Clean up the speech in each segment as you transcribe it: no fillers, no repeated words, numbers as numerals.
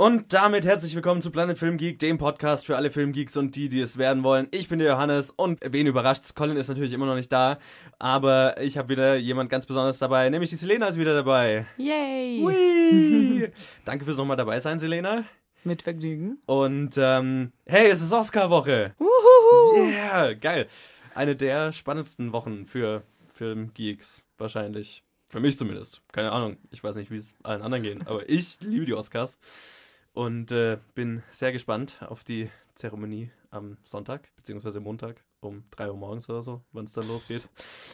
Und damit herzlich willkommen zu Planet Film Geek, dem Podcast für alle Filmgeeks und die es werden wollen. Ich bin der Johannes und wen überrascht's, Colin ist natürlich immer noch nicht da, aber ich habe wieder jemand ganz Besonderes dabei, nämlich die Selena ist wieder dabei. Yay! Hui. Danke fürs nochmal dabei sein, Selena. Mit Vergnügen. Und hey, es ist Oscar-Woche. Uhuhu. Yeah, geil. Eine der spannendsten Wochen für Filmgeeks, wahrscheinlich. Für mich zumindest. Keine Ahnung. Ich weiß nicht, wie es allen anderen geht, aber ich liebe die Oscars. Und bin sehr gespannt auf die Zeremonie am Sonntag, beziehungsweise Montag um 3 Uhr morgens oder so, wann es dann losgeht.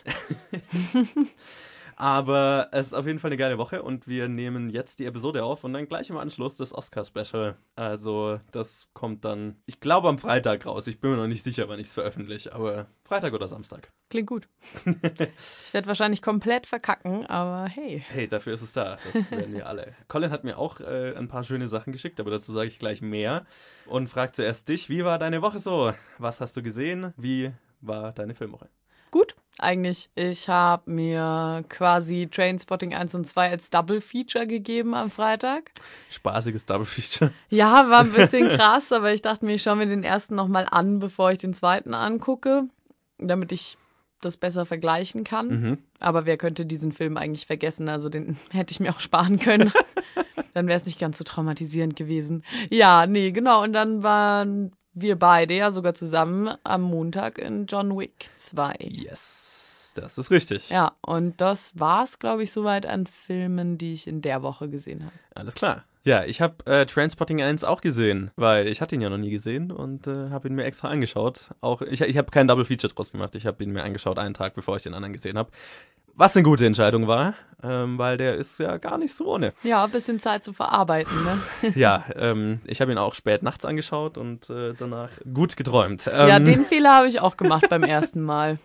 Aber es ist auf jeden Fall eine geile Woche und wir nehmen jetzt die Episode auf und dann gleich im Anschluss das Oscar-Special. Also das kommt dann, ich glaube, am Freitag raus. Ich bin mir noch nicht sicher, wann ich es veröffentliche, aber Freitag oder Samstag. Klingt gut. Ich werde wahrscheinlich komplett verkacken, aber hey. Hey, dafür ist es da. Das werden wir alle. Colin hat mir auch ein paar schöne Sachen geschickt, aber dazu sage ich gleich mehr. Und frag zuerst dich, wie war deine Woche so? Was hast du gesehen? Wie war deine Filmwoche? Gut, eigentlich. Ich habe mir quasi Trainspotting 1 und 2 als Double Feature gegeben am Freitag. Spaßiges Double Feature. Ja, war ein bisschen krass, aber ich dachte mir, ich schaue mir den ersten nochmal an, bevor ich den zweiten angucke, damit ich das besser vergleichen kann. Mhm. Aber wer könnte diesen Film eigentlich vergessen? Also den hätte ich mir auch sparen können. Dann wäre es nicht ganz so traumatisierend gewesen. Ja, nee, genau. Und dann waren wir beide ja sogar zusammen am Montag in John Wick 2. Yes, das ist richtig. Ja, und das war's, glaube ich, soweit an Filmen, die ich in der Woche gesehen habe. Alles klar. Ja, ich habe Trainspotting 1 auch gesehen, weil ich hatte ihn ja noch nie gesehen und habe ihn mir extra angeschaut. Auch ich habe kein Double Feature draus gemacht, ich habe ihn mir angeschaut einen Tag, bevor ich den anderen gesehen habe. Was eine gute Entscheidung war, weil der ist ja gar nicht so ohne. Ja, ein bisschen Zeit zu verarbeiten, ne? Ja, ich habe ihn auch spät nachts angeschaut und danach gut geträumt. Ja, den Fehler habe ich auch gemacht beim ersten Mal.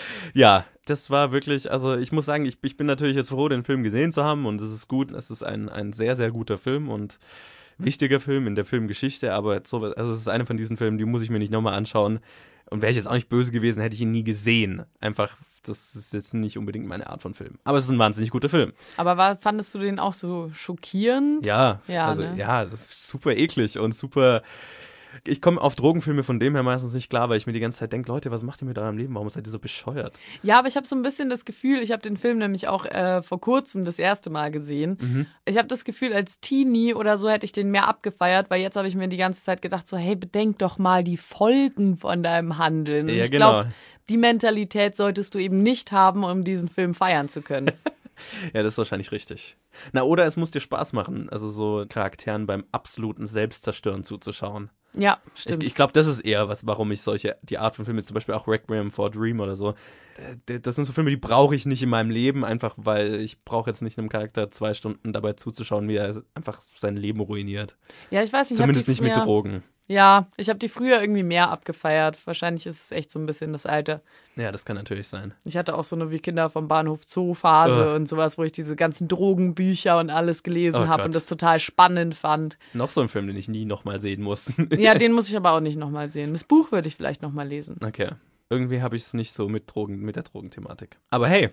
Ja, das war wirklich, also ich muss sagen, ich bin natürlich jetzt froh, den Film gesehen zu haben und es ist gut, es ist ein sehr, sehr guter Film und wichtiger Film in der Filmgeschichte, aber jetzt so, also es ist einer von diesen Filmen, die muss ich mir nicht nochmal anschauen. Und wäre ich jetzt auch nicht böse gewesen, hätte ich ihn nie gesehen. Einfach, das ist jetzt nicht unbedingt meine Art von Film. Aber es ist ein wahnsinnig guter Film. Aber fandest du den auch so schockierend? Ja, Ja, also ne? ja, das ist super eklig und super. Ich komme auf Drogenfilme von dem her meistens nicht klar, weil ich mir die ganze Zeit denke, Leute, was macht ihr mit eurem Leben? Warum seid ihr so bescheuert? Ja, aber ich habe so ein bisschen das Gefühl, ich habe den Film nämlich auch vor kurzem das erste Mal gesehen. Mhm. Ich habe das Gefühl, als Teenie oder so hätte ich den mehr abgefeiert, weil jetzt habe ich mir die ganze Zeit gedacht, so hey, bedenk doch mal die Folgen von deinem Handeln. Und Ja, ich genau. glaube, die Mentalität solltest du eben nicht haben, um diesen Film feiern zu können. Ja, das ist wahrscheinlich richtig. Na, oder es muss dir Spaß machen, also so Charakteren beim absoluten Selbstzerstören zuzuschauen. Ja, stimmt. Ich glaube, das ist eher warum ich die Art von Filmen, zum Beispiel auch Requiem for a Dream oder so, das sind so Filme, die brauche ich nicht in meinem Leben, einfach weil ich brauche jetzt nicht einem Charakter 2 Stunden dabei zuzuschauen, wie er einfach sein Leben ruiniert. Ja, ich weiß nicht. Zumindest nicht mit Drogen. Ja, ich habe die früher irgendwie mehr abgefeiert. Wahrscheinlich ist es echt so ein bisschen das Alter. Ja, das kann natürlich sein. Ich hatte auch so eine wie Kinder vom Bahnhof Zoo Phase und sowas, wo ich diese ganzen Drogenbücher und alles gelesen habe und das total spannend fand. Noch so ein Film, den ich nie nochmal sehen muss. Ja, den muss ich aber auch nicht nochmal sehen. Das Buch würde ich vielleicht nochmal lesen. Okay. Irgendwie habe ich es nicht so mit der Drogenthematik. Aber hey.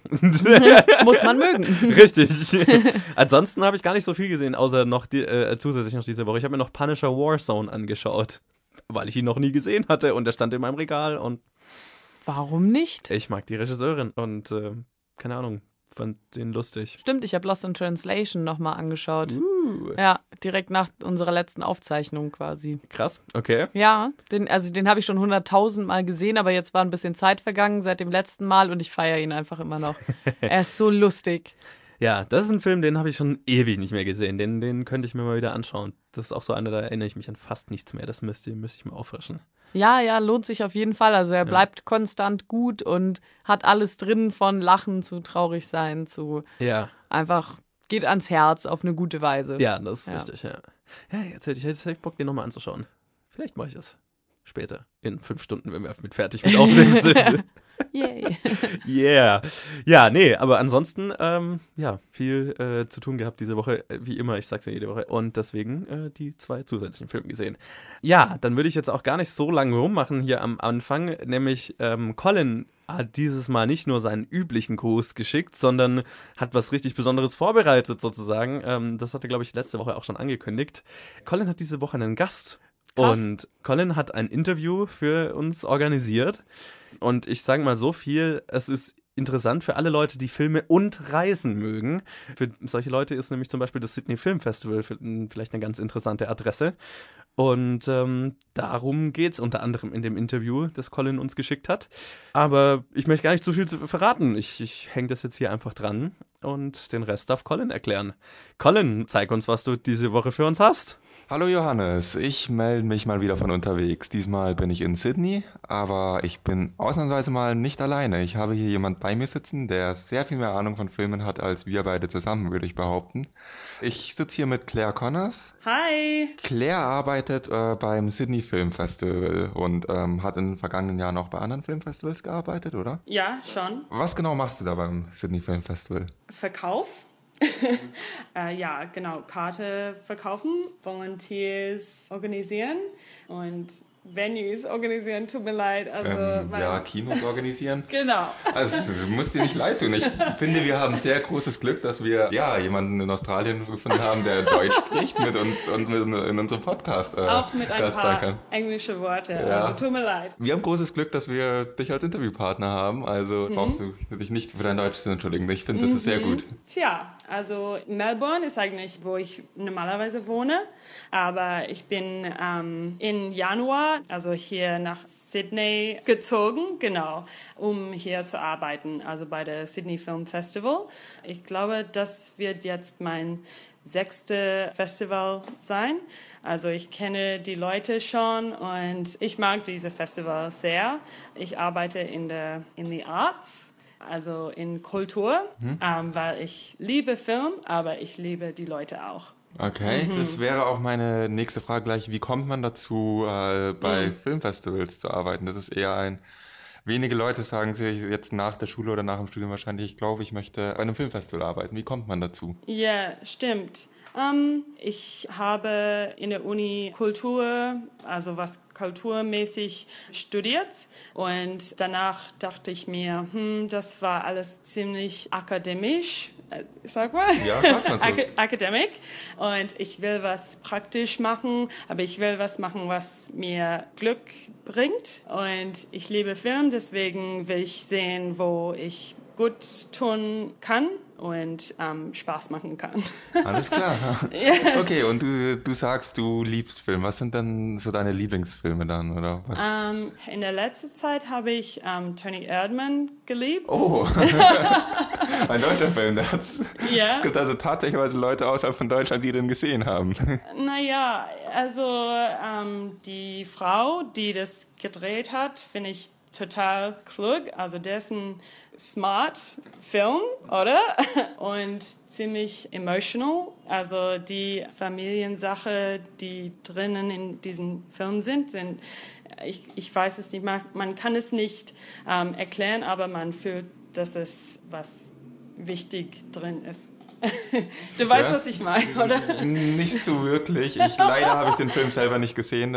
Muss man mögen. Richtig. Ansonsten habe ich gar nicht so viel gesehen, außer noch zusätzlich noch diese Woche. Ich habe mir noch Punisher Warzone angeschaut, weil ich ihn noch nie gesehen hatte und der stand in meinem Regal und warum nicht? ich mag die Regisseurin und keine Ahnung, fand den lustig. Stimmt, ich habe Lost in Translation nochmal angeschaut. Ja, direkt nach unserer letzten Aufzeichnung quasi. Krass, okay. Ja, den habe ich schon 100.000 Mal gesehen, aber jetzt war ein bisschen Zeit vergangen seit dem letzten Mal und ich feiere ihn einfach immer noch. Er ist so lustig. Ja, das ist ein Film, den habe ich schon ewig nicht mehr gesehen. Den könnte ich mir mal wieder anschauen. Das ist auch so einer, da erinnere ich mich an fast nichts mehr. Das müsste ich mal auffrischen. Ja, lohnt sich auf jeden Fall. Also er bleibt konstant gut und hat alles drin, von Lachen zu traurig sein zu einfach geht ans Herz auf eine gute Weise. Ja, das ist richtig, ja. Ja, jetzt hätte ich Bock, den nochmal anzuschauen. Vielleicht mache ich das. später, in 5 Stunden, wenn wir fertig mit Aufnehmen sind. Yay. Yeah. Ja, nee, aber ansonsten, viel zu tun gehabt diese Woche, wie immer, ich sag's ja jede Woche, und deswegen die 2 zusätzlichen Filme gesehen. Ja, dann würde ich jetzt auch gar nicht so lange rummachen hier am Anfang, nämlich Colin hat dieses Mal nicht nur seinen üblichen Gruß geschickt, sondern hat was richtig Besonderes vorbereitet sozusagen. Das hat er, glaube ich, letzte Woche auch schon angekündigt. Colin hat diese Woche einen Gast. Krass. Und Colin hat ein Interview für uns organisiert. Und ich sage mal so viel, es ist interessant für alle Leute, die Filme und Reisen mögen. Für solche Leute ist nämlich zum Beispiel das Sydney Film Festival vielleicht eine ganz interessante Adresse. Und darum geht's unter anderem in dem Interview, das Colin uns geschickt hat. Aber ich möchte gar nicht zu viel verraten. Ich hänge das jetzt hier einfach dran und den Rest darf Colin erklären. Colin, zeig uns, was du diese Woche für uns hast. Hallo Johannes, ich melde mich mal wieder von unterwegs. Diesmal bin ich in Sydney, aber ich bin ausnahmsweise mal nicht alleine. Ich habe hier jemand bei mir sitzen, der sehr viel mehr Ahnung von Filmen hat als wir beide zusammen, würde ich behaupten. Ich sitze hier mit Claire Connors. Hi! Claire arbeitet beim Sydney Film Festival und hat in den vergangenen Jahren auch bei anderen Filmfestivals gearbeitet, oder? Ja, schon. Was genau machst du da beim Sydney Film Festival? Verkauf. Ja, genau. Karte verkaufen, Volunteers organisieren und Venues organisieren. Tut mir leid. Also, Kinos organisieren. Genau. Also, es muss dir nicht leid tun. Ich finde, wir haben sehr großes Glück, dass wir jemanden in Australien gefunden haben, der Deutsch spricht mit uns und in unserem Podcast Auch mit ein Gast sein paar kann. englische Worte. Ja. Also tut mir leid. Wir haben großes Glück, dass wir dich als Interviewpartner haben. Also brauchst du dich nicht für dein Deutsch zu entschuldigen. Ich finde, das ist sehr gut. Tja, also Melbourne ist eigentlich, wo ich normalerweise wohne. Aber ich bin im Januar, also hier nach Sydney gezogen, genau, um hier zu arbeiten, also bei der Sydney Film Festival. Ich glaube, das wird jetzt mein 6. Festival sein. Also ich kenne die Leute schon und ich mag diese Festival sehr. Ich arbeite in the Arts, also in Kultur, weil ich liebe Film, aber ich liebe die Leute auch. Okay, das wäre auch meine nächste Frage gleich. Wie kommt man dazu, bei Filmfestivals zu arbeiten? Das ist eher wenige Leute sagen sich jetzt nach der Schule oder nach dem Studium wahrscheinlich, ich glaube, ich möchte bei einem Filmfestival arbeiten. Wie kommt man dazu? Ja, stimmt. Ich habe in der Uni Kultur, also was kulturmäßig studiert und danach dachte ich mir, das war alles ziemlich akademisch. Sag mal. Ja, sag mal so. Academic. Und ich will was praktisch machen, aber ich will was machen, was mir Glück bringt. Und ich liebe Film, deswegen will ich sehen, wo ich gut tun kann und Spaß machen kann. Alles klar. Okay, und du sagst, du liebst Film. Was sind dann so deine Lieblingsfilme dann, oder was? In der letzten Zeit habe ich Tony Erdmann geliebt. Oh, ein deutscher Film. Ja. Es gibt also tatsächlich Leute außerhalb von Deutschland, die den gesehen haben. Naja, also die Frau, die das gedreht hat, finde ich total klug. Also der ist ein smart Film, oder? Und ziemlich emotional. Also die Familiensache, die drinnen in diesem Film sind ich weiß es nicht, man kann es nicht erklären, aber man fühlt, dass es was wichtig drin ist. Du weißt, was ich meine, oder? Nicht so wirklich. Leider habe ich den Film selber nicht gesehen.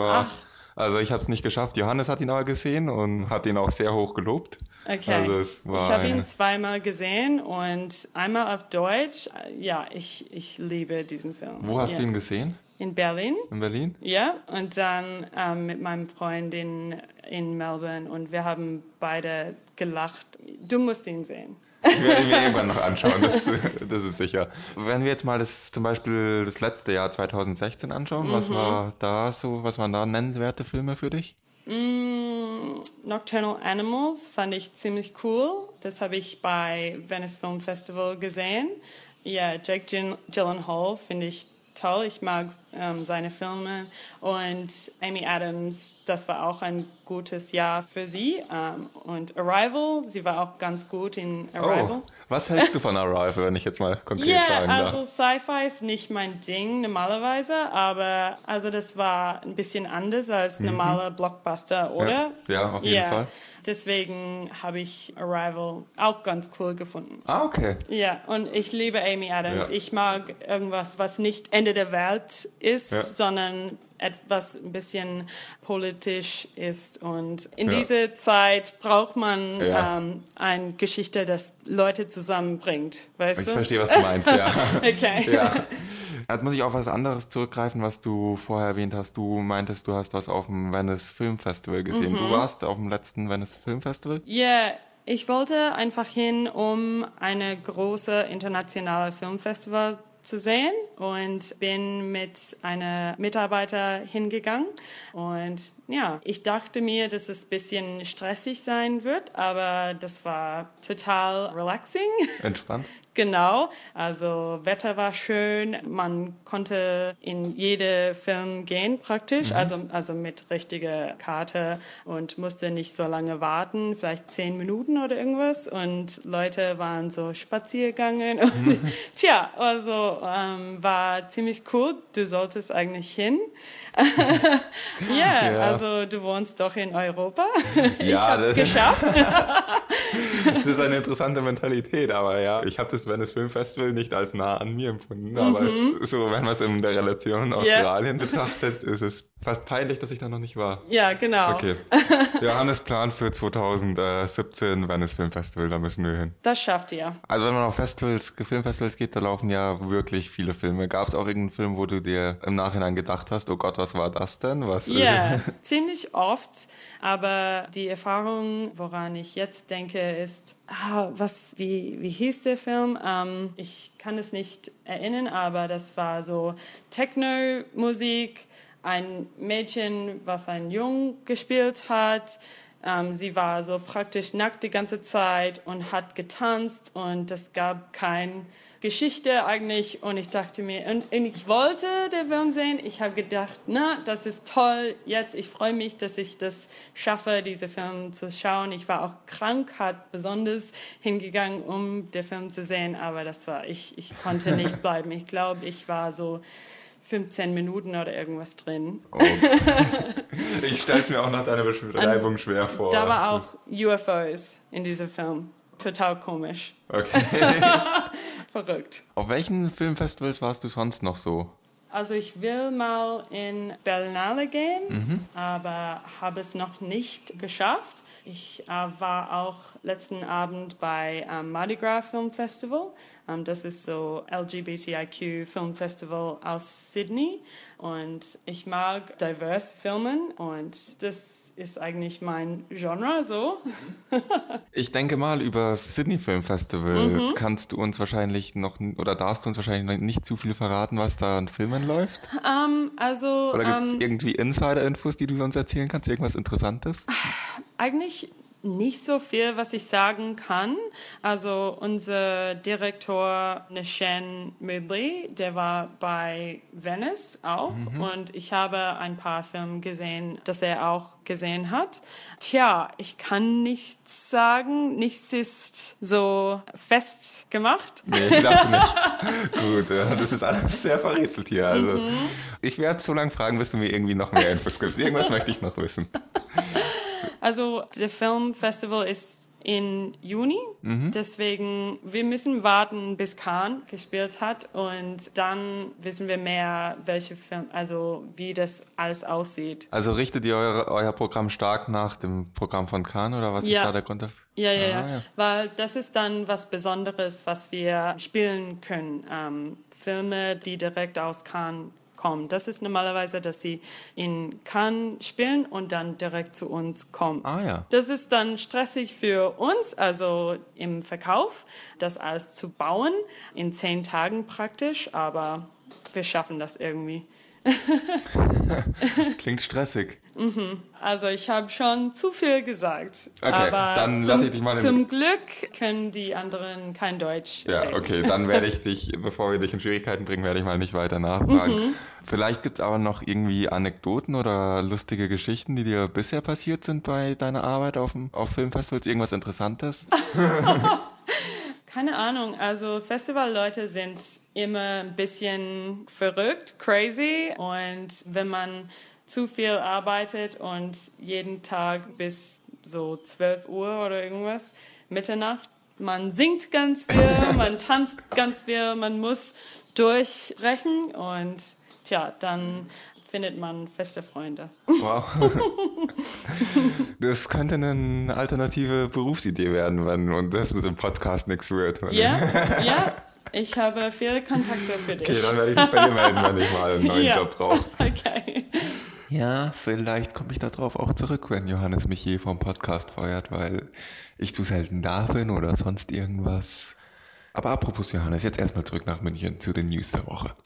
Also ich habe es nicht geschafft. Johannes hat ihn aber gesehen und hat ihn auch sehr hoch gelobt. Okay. Also ich habe ihn zweimal gesehen und einmal auf Deutsch. Ja, ich liebe diesen Film. Wo hast du ihn gesehen? In Berlin. In Berlin? Ja, und dann mit meinem Freund in Melbourne und wir haben beide gelacht. Du musst ihn sehen. Ich werde ihn mir irgendwann noch anschauen, das ist sicher. Wenn wir jetzt mal zum Beispiel das letzte Jahr 2016 anschauen, was waren da nennenswerte Filme für dich? Nocturnal Animals fand ich ziemlich cool. Das habe ich bei Venice Film Festival gesehen. Ja, Jake Gyllenhaal finde ich toll. Ich mag seine Filme. Und Amy Adams, das war auch ein gutes Jahr für sie. Und Arrival, sie war auch ganz gut in Arrival. Oh, was hältst du von Arrival, wenn ich jetzt mal konkret fragen darf? Also Sci-Fi ist nicht mein Ding normalerweise, aber also das war ein bisschen anders als normaler Blockbuster, oder? Ja, auf jeden Fall. Deswegen habe ich Arrival auch ganz cool gefunden. Ah, okay. Ja, und ich liebe Amy Adams. Ja. Ich mag irgendwas, was nicht Ende der Welt ist, sondern etwas ein bisschen politisch ist. Und in dieser Zeit braucht man eine Geschichte, das Leute zusammenbringt. Weißt Ich du? verstehe, was du meinst, ja. Okay. Ja. Jetzt muss ich auf was anderes zurückgreifen, was du vorher erwähnt hast. Du meintest, du hast was auf dem Venice Film Festival gesehen. Du warst auf dem letzten Venice Film Festival? Ja, ich wollte einfach hin, um eine große internationale Filmfestival zu sehen und bin mit einer Mitarbeiter hingegangen und ja, ich dachte mir, dass es ein bisschen stressig sein wird, aber das war total relaxing. Entspannt? Genau, also Wetter war schön, man konnte in jede Film gehen praktisch, also mit richtiger Karte und musste nicht so lange warten, vielleicht 10 Minuten oder irgendwas und Leute waren so spaziergegangen. Tja, also war ziemlich cool, du solltest eigentlich hin. Ja, also du wohnst doch in Europa. Ich habe es geschafft. Das ist eine interessante Mentalität, aber ja, ich habe das Venice Film Festival nicht als nah an mir empfunden, aber es ist so, wenn man es in der Relation Australien betrachtet, ist es fast peinlich, dass ich da noch nicht war. Ja, genau. Okay. Wir haben das Plan für 2017 Venice Film Festival, da müssen wir hin. Das schafft ihr. Also wenn man auf Filmfestivals geht, da laufen ja wirklich viele Filme. Gab es auch irgendeinen Film, wo du dir im Nachhinein gedacht hast, oh Gott, was war das denn? Ja, ziemlich oft, aber die Erfahrung, woran ich jetzt denke, ist, wie hieß der Film? Ich kann es nicht erinnern, aber das war so Techno-Musik, ein Mädchen, was einen Jungen gespielt hat. Sie war so praktisch nackt die ganze Zeit und hat getanzt und es gab keine Geschichte eigentlich und ich dachte mir, und ich wollte den Film sehen, ich habe gedacht, na, das ist toll, jetzt, ich freue mich, dass ich das schaffe, diese Film zu schauen. Ich war auch krank, hat besonders hingegangen, um den Film zu sehen, aber ich konnte nicht bleiben. Ich glaube, ich war so 15 Minuten oder irgendwas drin. Oh. Ich stelle es mir auch nach deiner Beschreibung schwer vor. Da war auch UFOs in diesem Film. Total komisch. Okay. Verrückt. Auf welchen Filmfestivals warst du sonst noch so? Also ich will mal in Berlinale gehen, aber habe es noch nicht geschafft. Ich war auch letzten Abend bei Mardi Gras Film Festival. Das ist so LGBTIQ Film Festival aus Sydney. Und ich mag diverse Filmen und das ist eigentlich mein Genre so. Ich denke mal, über Sydney Film Festival kannst du uns wahrscheinlich noch, oder darfst du uns wahrscheinlich noch nicht zu viel verraten, was da an Filmen läuft? Oder gibt es irgendwie Insider-Infos, die du uns erzählen kannst? Irgendwas Interessantes? Eigentlich nicht so viel, was ich sagen kann. Also unser Direktor Nishan Midley, der war bei Venice auch und ich habe ein paar Filme gesehen, dass er auch gesehen hat. Tja, ich kann nichts sagen, nichts ist so fest gemacht. Nee, ich dachte nicht. Gut, das ist alles sehr verrätselt hier. Also ich werde so lange fragen, bis du mir irgendwie noch mehr Infos gibst. Irgendwas möchte ich noch wissen. Also, der Filmfestival ist in Juni, deswegen wir müssen warten, bis Cannes gespielt hat und dann wissen wir mehr, welche Film, also wie das alles aussieht. Also richtet ihr euer Programm stark nach dem Programm von Cannes oder was ist da der Grund dafür? Ja, weil das ist dann was Besonderes, was wir spielen können. Filme, die direkt aus Cannes kommen. Das ist normalerweise, dass sie in Cannes spielen und dann direkt zu uns kommen. Das ist dann stressig für uns, also im Verkauf, das alles zu bauen, in 10 Tagen praktisch, aber wir schaffen das irgendwie. Klingt stressig. Also ich habe schon zu viel gesagt. Okay, aber dann lasse ich dich mal zum Glück können die anderen kein Deutsch Ja, reden. okay, dann werde ich dich, bevor wir dich in Schwierigkeiten bringen, werde ich mal nicht weiter nachfragen. Vielleicht gibt es aber noch irgendwie Anekdoten oder lustige Geschichten, die dir bisher passiert sind bei deiner Arbeit auf Filmfestivals, irgendwas Interessantes? Keine Ahnung, also Festivalleute sind immer ein bisschen verrückt, crazy, und wenn man zu viel arbeitet und jeden Tag bis so 12 Uhr oder irgendwas, Mitternacht, man singt ganz viel, man tanzt ganz viel, man muss durchbrechen und dann findet man feste Freunde. Wow. Das könnte eine alternative Berufsidee werden, wenn das mit dem Podcast nichts wird. Ja, ich habe viele Kontakte für dich. Okay, dann werde ich mich bei dir melden, wenn ich mal einen neuen Ja. Job brauche. Okay. Ja, vielleicht komme ich darauf auch zurück, wenn Johannes mich je vom Podcast feuert, weil ich zu selten da bin oder sonst irgendwas. Aber apropos Johannes, jetzt erstmal zurück nach München zu den News der Woche.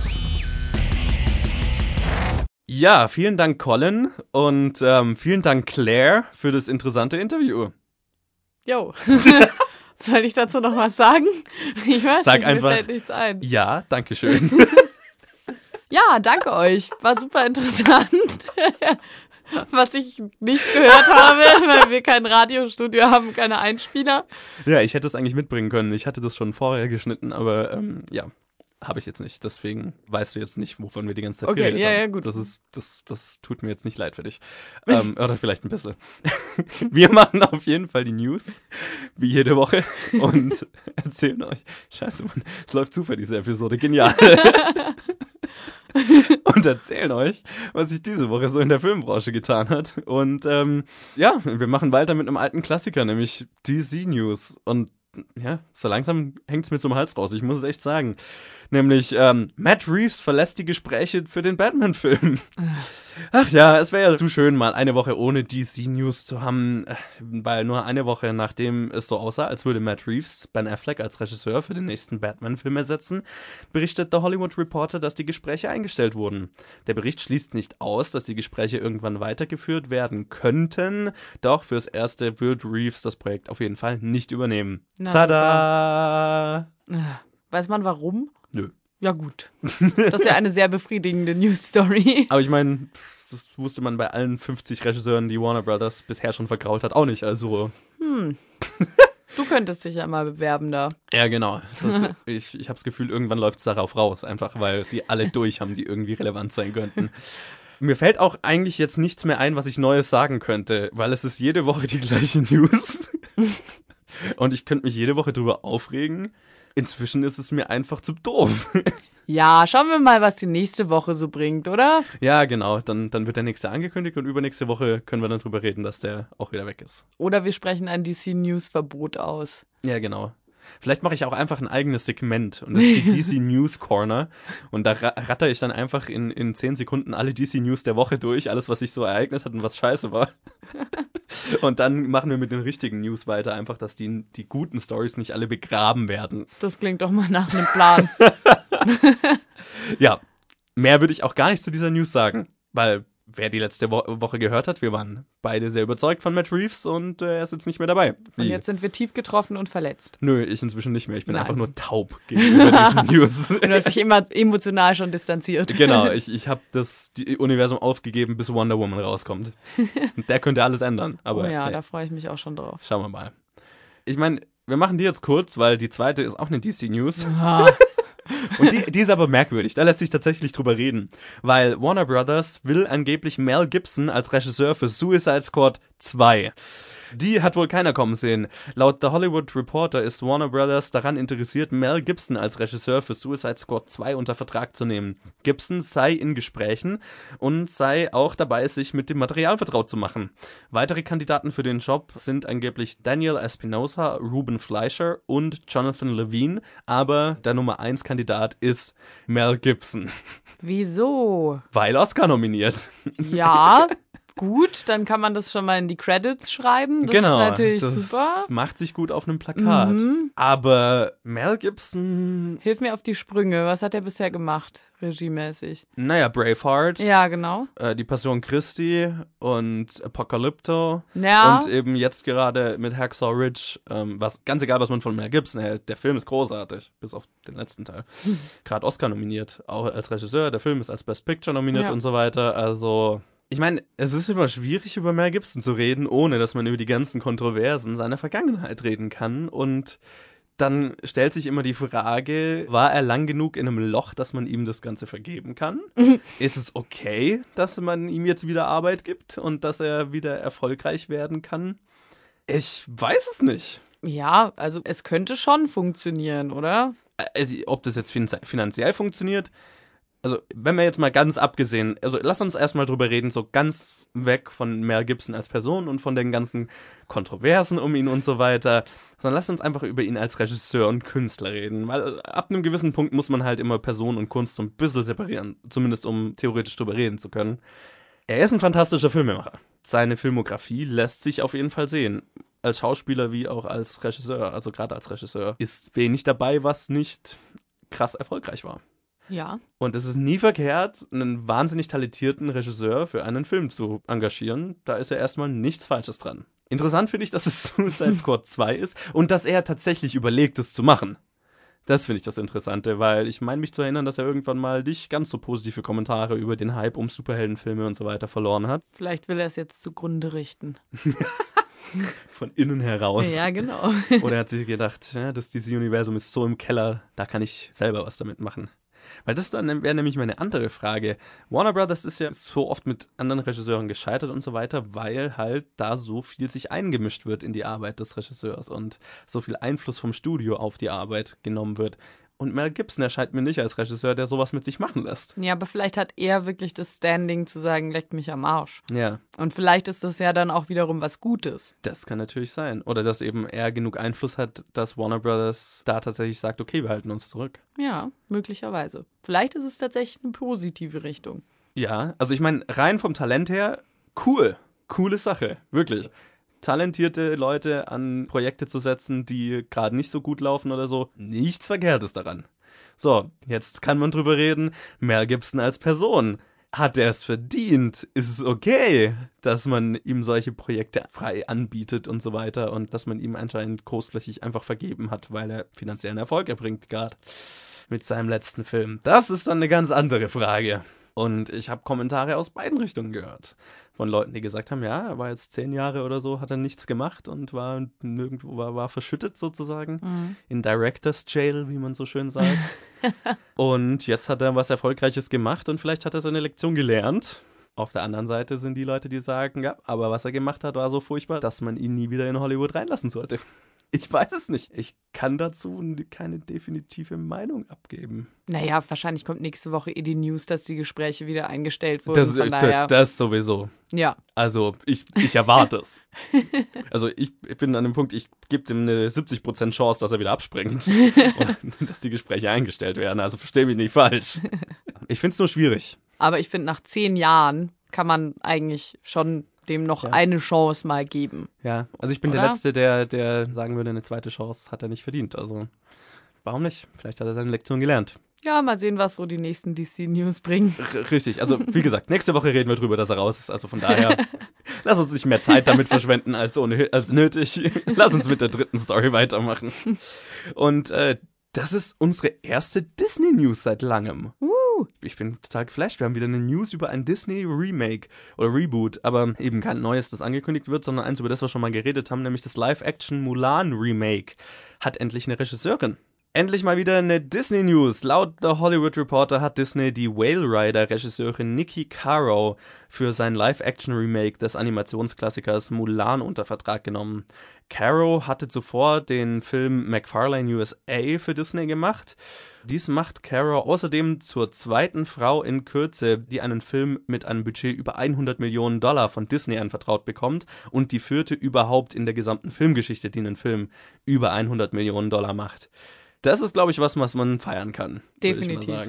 Ja, vielen Dank, Colin, und vielen Dank, Claire, für das interessante Interview. Jo. Soll ich dazu noch was sagen? Ich weiß Sag nicht, einfach, mir fällt nichts ein. Ja, danke schön. Ja, danke euch. War super interessant. Was ich nicht gehört habe, weil wir kein Radiostudio haben, keine Einspieler. Ja, ich hätte es eigentlich mitbringen können. Ich hatte das schon vorher geschnitten, aber habe ich jetzt nicht. Deswegen weißt du jetzt nicht, wovon wir die ganze Zeit geredet haben. Ja, gut. Das tut mir jetzt nicht leid für dich. Oder vielleicht ein bisschen. Wir machen auf jeden Fall die News, wie jede Woche, und erzählen euch. Scheiße, Mann, es läuft super, diese Episode. Genial. Und erzählen euch, was sich diese Woche so in der Filmbranche getan hat. Und wir machen weiter mit einem alten Klassiker, nämlich DC News. Und ja, so langsam hängt's mir zum Hals raus, ich muss es echt sagen. Nämlich, Matt Reeves verlässt die Gespräche für den Batman-Film. Ach ja, es wäre ja zu schön, mal eine Woche ohne DC-News zu haben, weil nur eine Woche nachdem es so aussah, als würde Matt Reeves Ben Affleck als Regisseur für den nächsten Batman-Film ersetzen, berichtet der Hollywood Reporter, dass die Gespräche eingestellt wurden. Der Bericht schließt nicht aus, dass die Gespräche irgendwann weitergeführt werden könnten, doch fürs Erste wird Reeves das Projekt auf jeden Fall nicht übernehmen. Tada! Weiß man warum? Nö. Ja gut. Das ist ja eine sehr befriedigende News-Story. Aber ich meine, das wusste man bei allen 50 Regisseuren, die Warner Brothers bisher schon vergrault hat, auch nicht. Also. Du könntest dich ja mal bewerben da. Ja, genau. Ich habe das Gefühl, irgendwann läuft es darauf raus, einfach weil sie alle durch haben, die irgendwie relevant sein könnten. Mir fällt auch eigentlich jetzt nichts mehr ein, was ich Neues sagen könnte, weil es ist jede Woche die gleiche News. Und ich könnte mich jede Woche drüber aufregen. Inzwischen ist es mir einfach zu doof. Ja, schauen wir mal, was die nächste Woche so bringt, oder? Ja, genau. Dann wird der nächste angekündigt und übernächste Woche können wir dann drüber reden, dass der auch wieder weg ist. Oder wir sprechen ein DC-News-Verbot aus. Ja, genau. Vielleicht mache ich auch einfach ein eigenes Segment und das ist die DC News Corner und da ratter ich dann einfach in 10 Sekunden alle DC News der Woche durch, alles, was sich so ereignet hat und was scheiße war. Und dann machen wir mit den richtigen News weiter, einfach, dass die guten Stories nicht alle begraben werden. Das klingt doch mal nach einem Plan. Ja, mehr würde ich auch gar nicht zu dieser News sagen, weil wer die letzte Woche gehört hat, wir waren beide sehr überzeugt von Matt Reeves und er ist jetzt nicht mehr dabei. Und jetzt sind wir tief getroffen und verletzt. Nö, ich inzwischen nicht mehr. Ich bin Nein. einfach nur taub gegenüber diesen News. Du hast dich immer emotional schon distanziert. Genau, ich habe das Universum aufgegeben, bis Wonder Woman rauskommt. Und der könnte alles ändern. Aber Oh ja, da freue ich mich auch schon drauf. schauen wir mal. Ich meine, wir machen die jetzt kurz, weil die zweite ist auch eine DC-News. Und die ist aber merkwürdig, da lässt sich tatsächlich drüber reden. Weil Warner Brothers will angeblich Mel Gibson als Regisseur für Suicide Squad 2. Die hat wohl keiner kommen sehen. Laut The Hollywood Reporter ist Warner Brothers daran interessiert, Mel Gibson als Regisseur für Suicide Squad 2 unter Vertrag zu nehmen. Gibson sei in Gesprächen und sei auch dabei, sich mit dem Material vertraut zu machen. Weitere Kandidaten für den Job sind angeblich Daniel Espinosa, Ruben Fleischer und Jonathan Levine, aber der Nummer 1 Kandidat ist Mel Gibson. Wieso? Weil Oscar nominiert. Ja, Gut, dann kann man das schon mal in die Credits schreiben. Das Genau, ist natürlich das super. macht sich gut auf einem Plakat. Aber Mel Gibson, Hilf mir auf die Sprünge. Was hat er bisher gemacht, regiemäßig? naja, Braveheart, Ja, genau. Die Passion Christi und Apocalypto Ja. und eben jetzt gerade mit Hacksaw Ridge, was ganz egal, was man von Mel Gibson hält, der Film ist großartig, bis auf den letzten Teil. Gerade Oscar nominiert, auch als Regisseur, der Film ist als Best Picture nominiert Ja. und so weiter, also ich meine, es ist immer schwierig, über Mel Gibson zu reden, ohne dass man über die ganzen Kontroversen seiner Vergangenheit reden kann. Und dann stellt sich immer die Frage, war er lang genug in einem Loch, dass man ihm das Ganze vergeben kann? Ist es okay, dass man ihm jetzt wieder Arbeit gibt und dass er wieder erfolgreich werden kann? Ich weiß es nicht. Ja, also es könnte schon funktionieren, oder? Also, ob das jetzt finanziell funktioniert, also wenn wir jetzt mal ganz abgesehen, also lass uns erstmal drüber reden, so ganz weg von Mel Gibson als Person und von den ganzen Kontroversen um ihn und so weiter, sondern lass uns einfach über ihn als Regisseur und Künstler reden, weil ab einem gewissen Punkt muss man halt immer Person und Kunst so ein bisschen separieren, zumindest um theoretisch drüber reden zu können. Er ist ein fantastischer Filmemacher. Seine Filmografie lässt sich auf jeden Fall sehen. Als Schauspieler wie auch als Regisseur, also gerade als Regisseur, ist wenig dabei, was nicht krass erfolgreich war. Ja. Und es ist nie verkehrt, einen wahnsinnig talentierten Regisseur für einen Film zu engagieren. Da ist ja erstmal nichts Falsches dran. Interessant finde ich, dass es Suicide Squad 2 ist und dass er tatsächlich überlegt, es zu machen. Das finde ich das Interessante, weil ich meine mich zu erinnern, dass er irgendwann mal nicht ganz so positive Kommentare über den Hype um Superheldenfilme und so weiter verloren hat. Vielleicht will er es jetzt zugrunde richten. Von innen heraus. Ja, genau. Oder er hat sich gedacht, ja, das DC-Universum ist so im Keller, da kann ich selber was damit machen. Weil das dann wäre nämlich meine andere Frage. Warner Brothers ist ja so oft mit anderen Regisseuren gescheitert und so weiter, weil halt da so viel sich eingemischt wird in die Arbeit des Regisseurs und so viel Einfluss vom Studio auf die Arbeit genommen wird. Und Mel Gibson erscheint mir nicht als Regisseur, der sowas mit sich machen lässt. Ja, aber vielleicht hat er wirklich das Standing zu sagen, leckt mich am Arsch. Ja, Und vielleicht ist das ja dann auch wiederum was Gutes. das kann natürlich sein. Oder dass eben er genug Einfluss hat, dass Warner Brothers da tatsächlich sagt, okay, wir halten uns zurück. Ja, möglicherweise. Vielleicht ist es tatsächlich eine positive Richtung. Ja, also ich meine, rein vom Talent her, cool. Coole Sache, wirklich. Talentierte Leute an Projekte zu setzen, die gerade nicht so gut laufen oder so, nichts Verkehrtes daran. So, jetzt kann man drüber reden, Mel Gibson als Person. Hat er es verdient? Ist es okay, dass man ihm solche Projekte frei anbietet und so weiter und dass man ihm anscheinend großflächig einfach vergeben hat, weil er finanziellen Erfolg erbringt gerade mit seinem letzten Film? Das ist dann eine ganz andere Frage. Und ich habe Kommentare aus beiden Richtungen gehört. Von Leuten, die gesagt haben, ja, er war jetzt 10 Jahre oder so, hat er nichts gemacht und war nirgendwo, war verschüttet sozusagen. In Director's Jail, wie man so schön sagt. Und jetzt hat er was Erfolgreiches gemacht und vielleicht hat er seine Lektion gelernt. Auf der anderen Seite sind die Leute, die sagen, ja, aber was er gemacht hat, war so furchtbar, dass man ihn nie wieder in Hollywood reinlassen sollte. Ich weiß es nicht. Ich kann dazu keine definitive Meinung abgeben. Naja, wahrscheinlich kommt nächste Woche die News, dass die Gespräche wieder eingestellt wurden. Von daher. Das sowieso. Ja. Also ich erwarte es. Also ich bin an dem Punkt, ich gebe dem eine 70% Chance, dass er wieder abspringt und dass die Gespräche eingestellt werden. Also verstehe mich nicht falsch. Ich finde es nur schwierig. Aber ich finde, nach 10 Jahren kann man eigentlich schon dem noch eine Chance mal geben. Ja, also ich bin Oder? der Letzte, der sagen würde, eine zweite Chance hat er nicht verdient. Also warum nicht? Vielleicht hat er seine Lektion gelernt. Ja, mal sehen, was so die nächsten DC-News bringen. Richtig, also wie gesagt, nächste Woche reden wir drüber, dass er raus ist. Also von daher, lass uns nicht mehr Zeit damit verschwenden als nötig. Lass uns mit der dritten Story weitermachen. Und das ist unsere erste Disney-News seit langem. Ich bin total geflasht. Wir haben wieder eine News über ein Disney-Remake oder Reboot, aber eben kein neues, das angekündigt wird, sondern eins, über das wir schon mal geredet haben, nämlich das Live-Action-Mulan-Remake. Hat endlich eine Regisseurin. Endlich mal wieder eine Disney-News. Laut The Hollywood Reporter hat Disney die Whale Rider-Regisseurin Niki Caro für sein Live-Action-Remake des Animationsklassikers Mulan unter Vertrag genommen. Caro hatte zuvor den Film McFarlane USA für Disney gemacht. Dies macht Caro außerdem zur zweiten Frau in Kürze, die einen Film mit einem Budget über $100 Millionen von Disney anvertraut bekommt und die vierte überhaupt in der gesamten Filmgeschichte, die einen Film über $100 Millionen macht. Das ist, glaube ich, was man feiern kann. Definitiv. Würde ich mal sagen.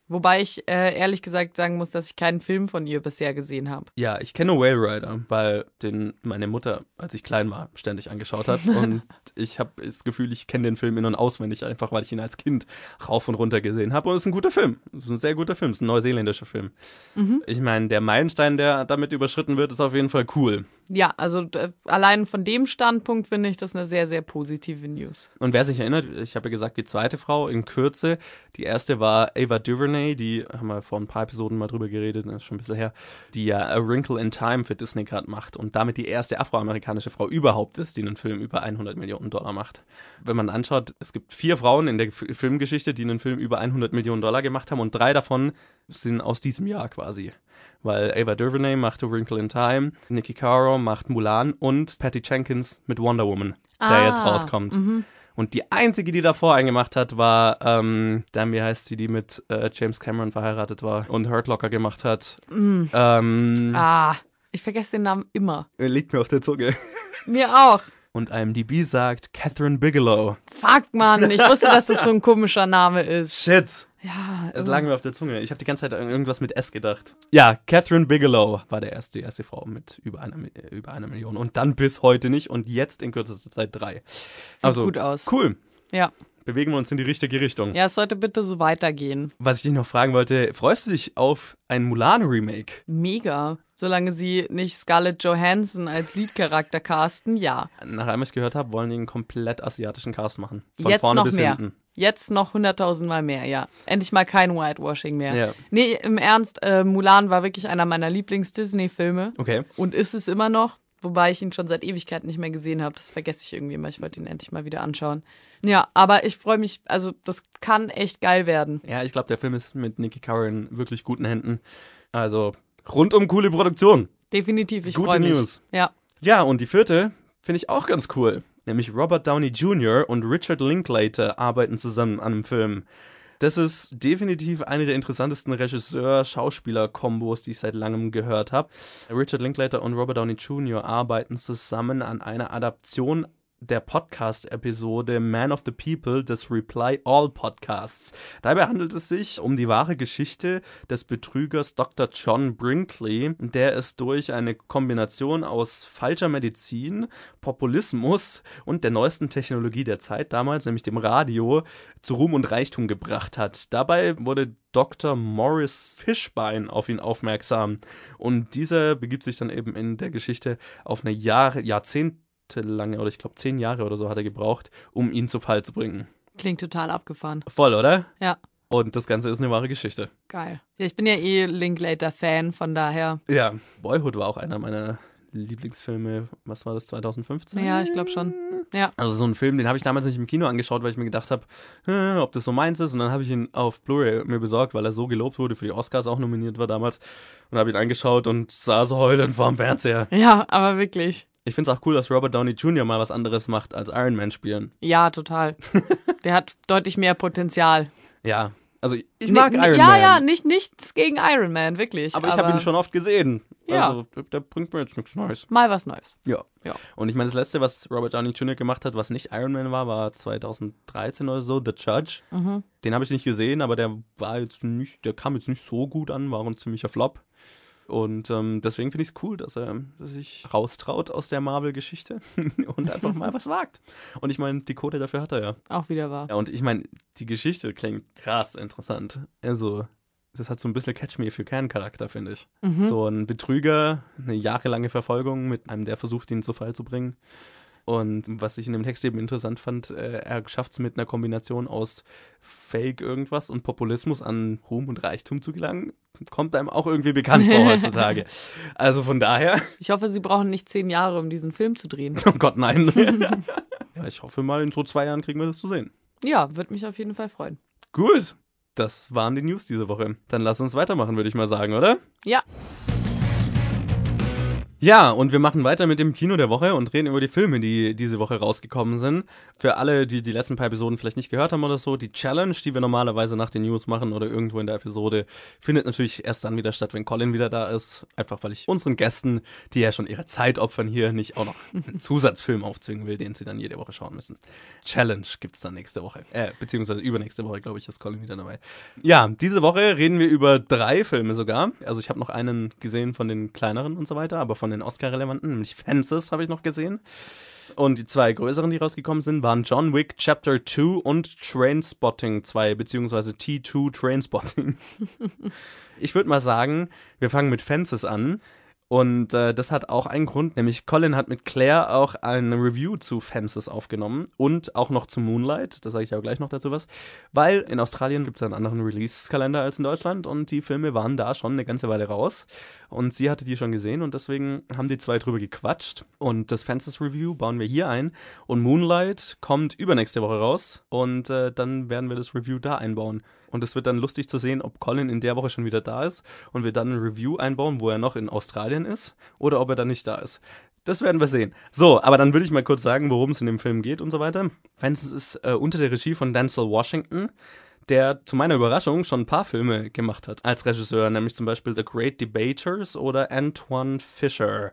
Wobei ich ehrlich gesagt sagen muss, dass ich keinen Film von ihr bisher gesehen habe. Ja, ich kenne Whale Rider, weil den meine Mutter, als ich klein war, ständig angeschaut hat. Und ich habe das Gefühl, ich kenne den Film in- und auswendig, einfach weil ich ihn als Kind rauf und runter gesehen habe. Und es ist ein guter Film. Es ist ein sehr guter Film. Es ist ein neuseeländischer Film. Ich meine, der Meilenstein, der damit überschritten wird, ist auf jeden Fall cool. Ja, also allein von dem Standpunkt finde ich das eine sehr, sehr positive News. Und wer sich erinnert, ich habe ja gesagt, die zweite Frau in Kürze. Die erste war Ava DuVernay, die haben wir vor ein paar Episoden mal drüber geredet, das ist schon ein bisschen her, die ja A Wrinkle in Time für Disney gerade macht und damit die erste afroamerikanische Frau überhaupt ist, die einen Film über $100 Millionen macht. Wenn man anschaut, es gibt 4 Frauen in der Filmgeschichte, die einen Film über $100 Millionen gemacht haben und 3 davon sind aus diesem Jahr quasi. Weil Ava DuVernay macht A Wrinkle in Time, Nikki Caro macht Mulan und Patty Jenkins mit Wonder Woman, der jetzt rauskommt. Und die einzige, die davor eingemacht hat, war, wie heißt die mit James Cameron verheiratet war und Hurt Locker gemacht hat. Ich vergesse den Namen immer. Liegt mir auf der Zunge. Mir auch. Und IMDb sagt Catherine Bigelow. Fuck, Mann, ich wusste, dass das so ein komischer Name ist. Shit. Ja. Es lag mir auf der Zunge. Ich habe die ganze Zeit an irgendwas mit S gedacht. Ja, Catherine Bigelow war die erste Frau mit über einer Million. Und dann bis heute nicht. Und jetzt in kürzester Zeit 3. Sieht gut aus. Cool. Ja. Bewegen wir uns in die richtige Richtung. Ja, es sollte bitte so weitergehen. Was ich dich noch fragen wollte, freust du dich auf ein Mulan-Remake? Mega. Solange sie nicht Scarlett Johansson als Leadcharakter casten, ja. Nach allem, was ich gehört habe, wollen die einen komplett asiatischen Cast machen. Von Jetzt vorne noch bis mehr. hinten. Jetzt noch 100.000 Mal mehr, ja. Endlich mal kein Whitewashing mehr. Ja. Nee, im Ernst, Mulan war wirklich einer meiner Lieblings-Disney-Filme. Okay. Und ist es immer noch, wobei ich ihn schon seit Ewigkeiten nicht mehr gesehen habe. Das vergesse ich irgendwie immer. Ich wollte ihn endlich mal wieder anschauen. Ja, aber ich freue mich, also das kann echt geil werden. Ja, ich glaube, der Film ist mit Nikki Caro in wirklich guten Händen. Also, rundum coole Produktion. Definitiv, ich Gute freue mich. News. Ja. Ja, und die 4. finde ich auch ganz cool. Nämlich Robert Downey Jr. und Richard Linklater arbeiten zusammen an einem Film. Das ist definitiv eine der interessantesten Regisseur-Schauspieler-Kombos, die ich seit langem gehört habe. Richard Linklater und Robert Downey Jr. arbeiten zusammen an einer Adaption der Podcast-Episode Man of the People des Reply All Podcasts. Dabei handelt es sich um die wahre Geschichte des Betrügers Dr. John Brinkley, der es durch eine Kombination aus falscher Medizin, Populismus und der neuesten Technologie der Zeit damals, nämlich dem Radio, zu Ruhm und Reichtum gebracht hat. Dabei wurde Dr. Morris Fishbein auf ihn aufmerksam und dieser begibt sich dann eben in der Geschichte auf eine jahrzehntelange, oder ich glaube 10 Jahre oder so hat er gebraucht, um ihn zu Fall zu bringen. Klingt total abgefahren. Voll, oder? Ja. Und das Ganze ist eine wahre Geschichte. Geil. Ja, ich bin ja Linklater-Fan, von daher. Ja, Boyhood war auch einer meiner Lieblingsfilme. Was war das, 2015? Ja, ich glaube schon. Ja. Also so ein Film, den habe ich damals nicht im Kino angeschaut, weil ich mir gedacht habe, ob das so meins ist. Und dann habe ich ihn auf Blu-ray mir besorgt, weil er so gelobt wurde, für die Oscars auch nominiert war damals. Und habe ihn angeschaut und saß heulend vorm Fernseher. Ja, aber wirklich. Ich finde es auch cool, dass Robert Downey Jr. mal was anderes macht als Iron Man spielen. Ja, total. Der hat deutlich mehr Potenzial. Ja, also ich mag Iron Man. Ja, nichts gegen Iron Man, wirklich. Aber ich habe ihn schon oft gesehen. Ja. Also der bringt mir jetzt nichts Neues. Mal was Neues. Ja. Ja. Und ich meine, das letzte, was Robert Downey Jr. gemacht hat, was nicht Iron Man war 2013 oder so, The Judge. Den habe ich nicht gesehen, aber der kam jetzt nicht so gut an, war ein ziemlicher Flop. Und deswegen finde ich es cool, dass er sich raustraut aus der Marvel-Geschichte und einfach mal was wagt. Und ich meine, die Quote dafür hat er ja. Auch wieder wahr. Ja, und ich meine, die Geschichte klingt krass interessant. Also, das hat so ein bisschen Catch-Me-If-You-Can-Charakter, finde ich. So ein Betrüger, eine jahrelange Verfolgung mit einem, der versucht, ihn zu Fall zu bringen. Und was ich in dem Text eben interessant fand, er schafft es mit einer Kombination aus Fake irgendwas und Populismus an Ruhm und Reichtum zu gelangen. Kommt einem auch irgendwie bekannt vor heutzutage. Also von daher. Ich hoffe, Sie brauchen nicht 10 Jahre, um diesen Film zu drehen. Oh Gott, nein. Ja, ich hoffe mal, in so 2 Jahren kriegen wir das zu sehen. Ja, würde mich auf jeden Fall freuen. Gut. Das waren die News diese Woche. Dann lass uns weitermachen, würde ich mal sagen, oder? Ja. Ja, und wir machen weiter mit dem Kino der Woche und reden über die Filme, die diese Woche rausgekommen sind. Für alle, die die letzten paar Episoden vielleicht nicht gehört haben oder so, die Challenge, die wir normalerweise nach den News machen oder irgendwo in der Episode, findet natürlich erst dann wieder statt, wenn Colin wieder da ist. Einfach, weil ich unseren Gästen, die ja schon ihre Zeit opfern hier, nicht auch noch einen Zusatzfilm aufzwingen will, den sie dann jede Woche schauen müssen. Challenge gibt's dann nächste Woche. Beziehungsweise übernächste Woche, glaube ich, ist Colin wieder dabei. Ja, diese Woche reden wir über 3 Filme sogar. Also ich habe noch einen gesehen von den kleineren und so weiter, aber von den Oscar-relevanten, nämlich Fences habe ich noch gesehen. Und die 2 größeren, die rausgekommen sind, waren John Wick Chapter 2 und Trainspotting 2, beziehungsweise T2 Trainspotting. Ich würde mal sagen, wir fangen mit Fences an. Und das hat auch einen Grund, nämlich Colin hat mit Claire auch eine Review zu Fences aufgenommen und auch noch zu Moonlight, da sage ich auch gleich noch dazu was, weil in Australien gibt es einen anderen Release-Kalender als in Deutschland und die Filme waren da schon eine ganze Weile raus und sie hatte die schon gesehen und deswegen haben die 2 drüber gequatscht und das Fences Review bauen wir hier ein und Moonlight kommt übernächste Woche raus und dann werden wir das Review da einbauen. Und es wird dann lustig zu sehen, ob Colin in der Woche schon wieder da ist und wir dann ein Review einbauen, wo er noch in Australien ist oder ob er dann nicht da ist. Das werden wir sehen. So, aber dann würde ich mal kurz sagen, worum es in dem Film geht und so weiter. Fences ist unter der Regie von Denzel Washington, der zu meiner Überraschung schon ein paar Filme gemacht hat als Regisseur, nämlich zum Beispiel The Great Debaters oder Antoine Fisher.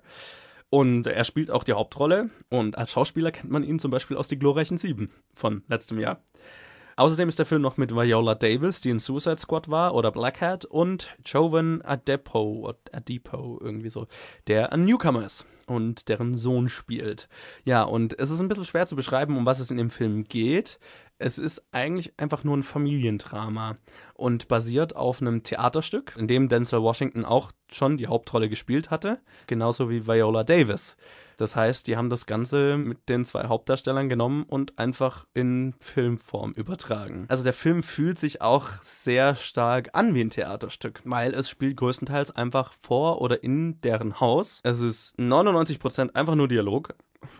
Und er spielt auch die Hauptrolle und als Schauspieler kennt man ihn zum Beispiel aus Die glorreichen 7 von letztem Jahr. Außerdem ist der Film noch mit Viola Davis, die in Suicide Squad war, oder Black Hat, und Jovan Adepo, irgendwie so, der ein Newcomer ist und deren Sohn spielt. Ja, und es ist ein bisschen schwer zu beschreiben, um was es in dem Film geht. Es ist eigentlich einfach nur ein Familiendrama und basiert auf einem Theaterstück, in dem Denzel Washington auch schon die Hauptrolle gespielt hatte, genauso wie Viola Davis. Das heißt, die haben das Ganze mit den 2 Hauptdarstellern genommen und einfach in Filmform übertragen. Also der Film fühlt sich auch sehr stark an wie ein Theaterstück, weil es spielt größtenteils einfach vor oder in deren Haus. Es ist 99% einfach nur Dialog.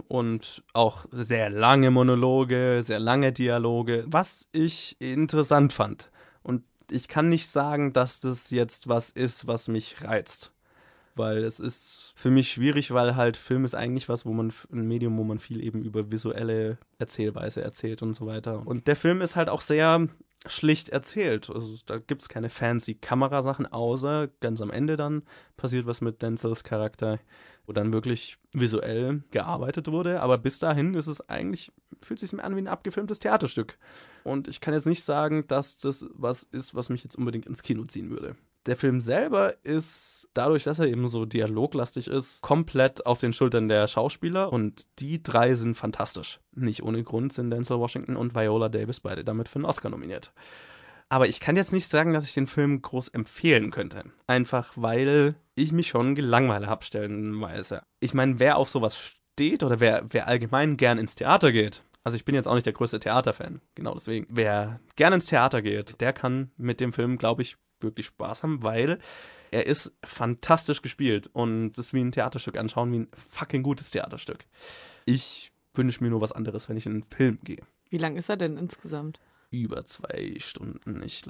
Und auch sehr lange Monologe, sehr lange Dialoge, was ich interessant fand. Und ich kann nicht sagen, dass das jetzt was ist, was mich reizt. Weil es ist für mich schwierig, weil halt Film ist eigentlich was, ein Medium, wo man viel eben über visuelle Erzählweise erzählt und so weiter. Und der Film ist halt auch sehr schlicht erzählt. Also da gibt es keine fancy Kamerasachen, außer ganz am Ende dann passiert was mit Denzels Charakter, wo dann wirklich visuell gearbeitet wurde. Aber bis dahin ist es eigentlich, fühlt sich mir an wie ein abgefilmtes Theaterstück. Und ich kann jetzt nicht sagen, dass das was ist, was mich jetzt unbedingt ins Kino ziehen würde. Der Film selber ist, dadurch, dass er eben so dialoglastig ist, komplett auf den Schultern der Schauspieler und die 3 sind fantastisch. Nicht ohne Grund sind Denzel Washington und Viola Davis beide damit für einen Oscar nominiert. Aber ich kann jetzt nicht sagen, dass ich den Film groß empfehlen könnte. Einfach, weil ich mich schon gelangweilt habe stellenweise. Ich meine, wer auf sowas steht oder wer allgemein gern ins Theater geht, also ich bin jetzt auch nicht der größte Theaterfan, genau deswegen. Wer gern ins Theater geht, der kann mit dem Film, glaube ich, wirklich Spaß haben, weil er ist fantastisch gespielt und es ist wie ein Theaterstück anschauen, wie ein fucking gutes Theaterstück. Ich wünsche mir nur was anderes, wenn ich in einen Film gehe. Wie lang ist er denn insgesamt? Über 2 Stunden. Ich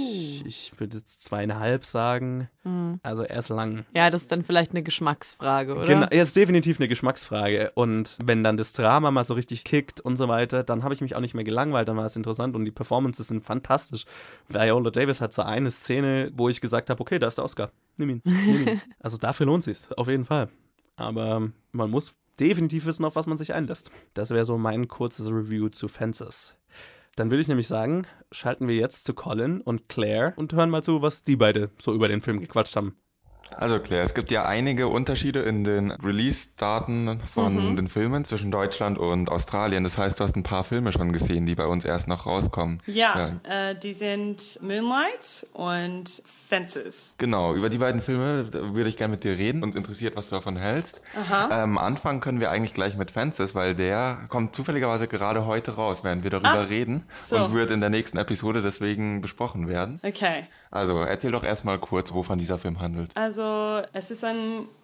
würde jetzt 2,5 sagen. Also er ist lang. Ja, das ist dann vielleicht eine Geschmacksfrage, oder? Genau, er ist definitiv eine Geschmacksfrage. Und wenn dann das Drama mal so richtig kickt und so weiter, dann habe ich mich auch nicht mehr gelangweilt, dann war es interessant und die Performances sind fantastisch. Viola Davis hat so eine Szene, wo ich gesagt habe, okay, da ist der Oscar. Nimm ihn. Also dafür lohnt es sich, auf jeden Fall. Aber man muss definitiv wissen, auf was man sich einlässt. Das wäre so mein kurzes Review zu Fences. Dann würde ich nämlich sagen, schalten wir jetzt zu Colin und Claire und hören mal zu, was die beide so über den Film gequatscht haben. Also Claire, es gibt ja einige Unterschiede in den Release-Daten von den Filmen zwischen Deutschland und Australien. Das heißt, du hast ein paar Filme schon gesehen, die bei uns erst noch rauskommen. Ja. Die sind Moonlight und Fences. Genau, über die beiden Filme würde ich gerne mit dir reden. Uns interessiert, was du davon hältst. Anfangen können wir eigentlich gleich mit Fences, weil der kommt zufälligerweise gerade heute raus, während wir darüber reden und wird in der nächsten Episode deswegen besprochen werden. Okay. Also erzähl doch erstmal kurz, wovon dieser Film handelt. Also es ist ein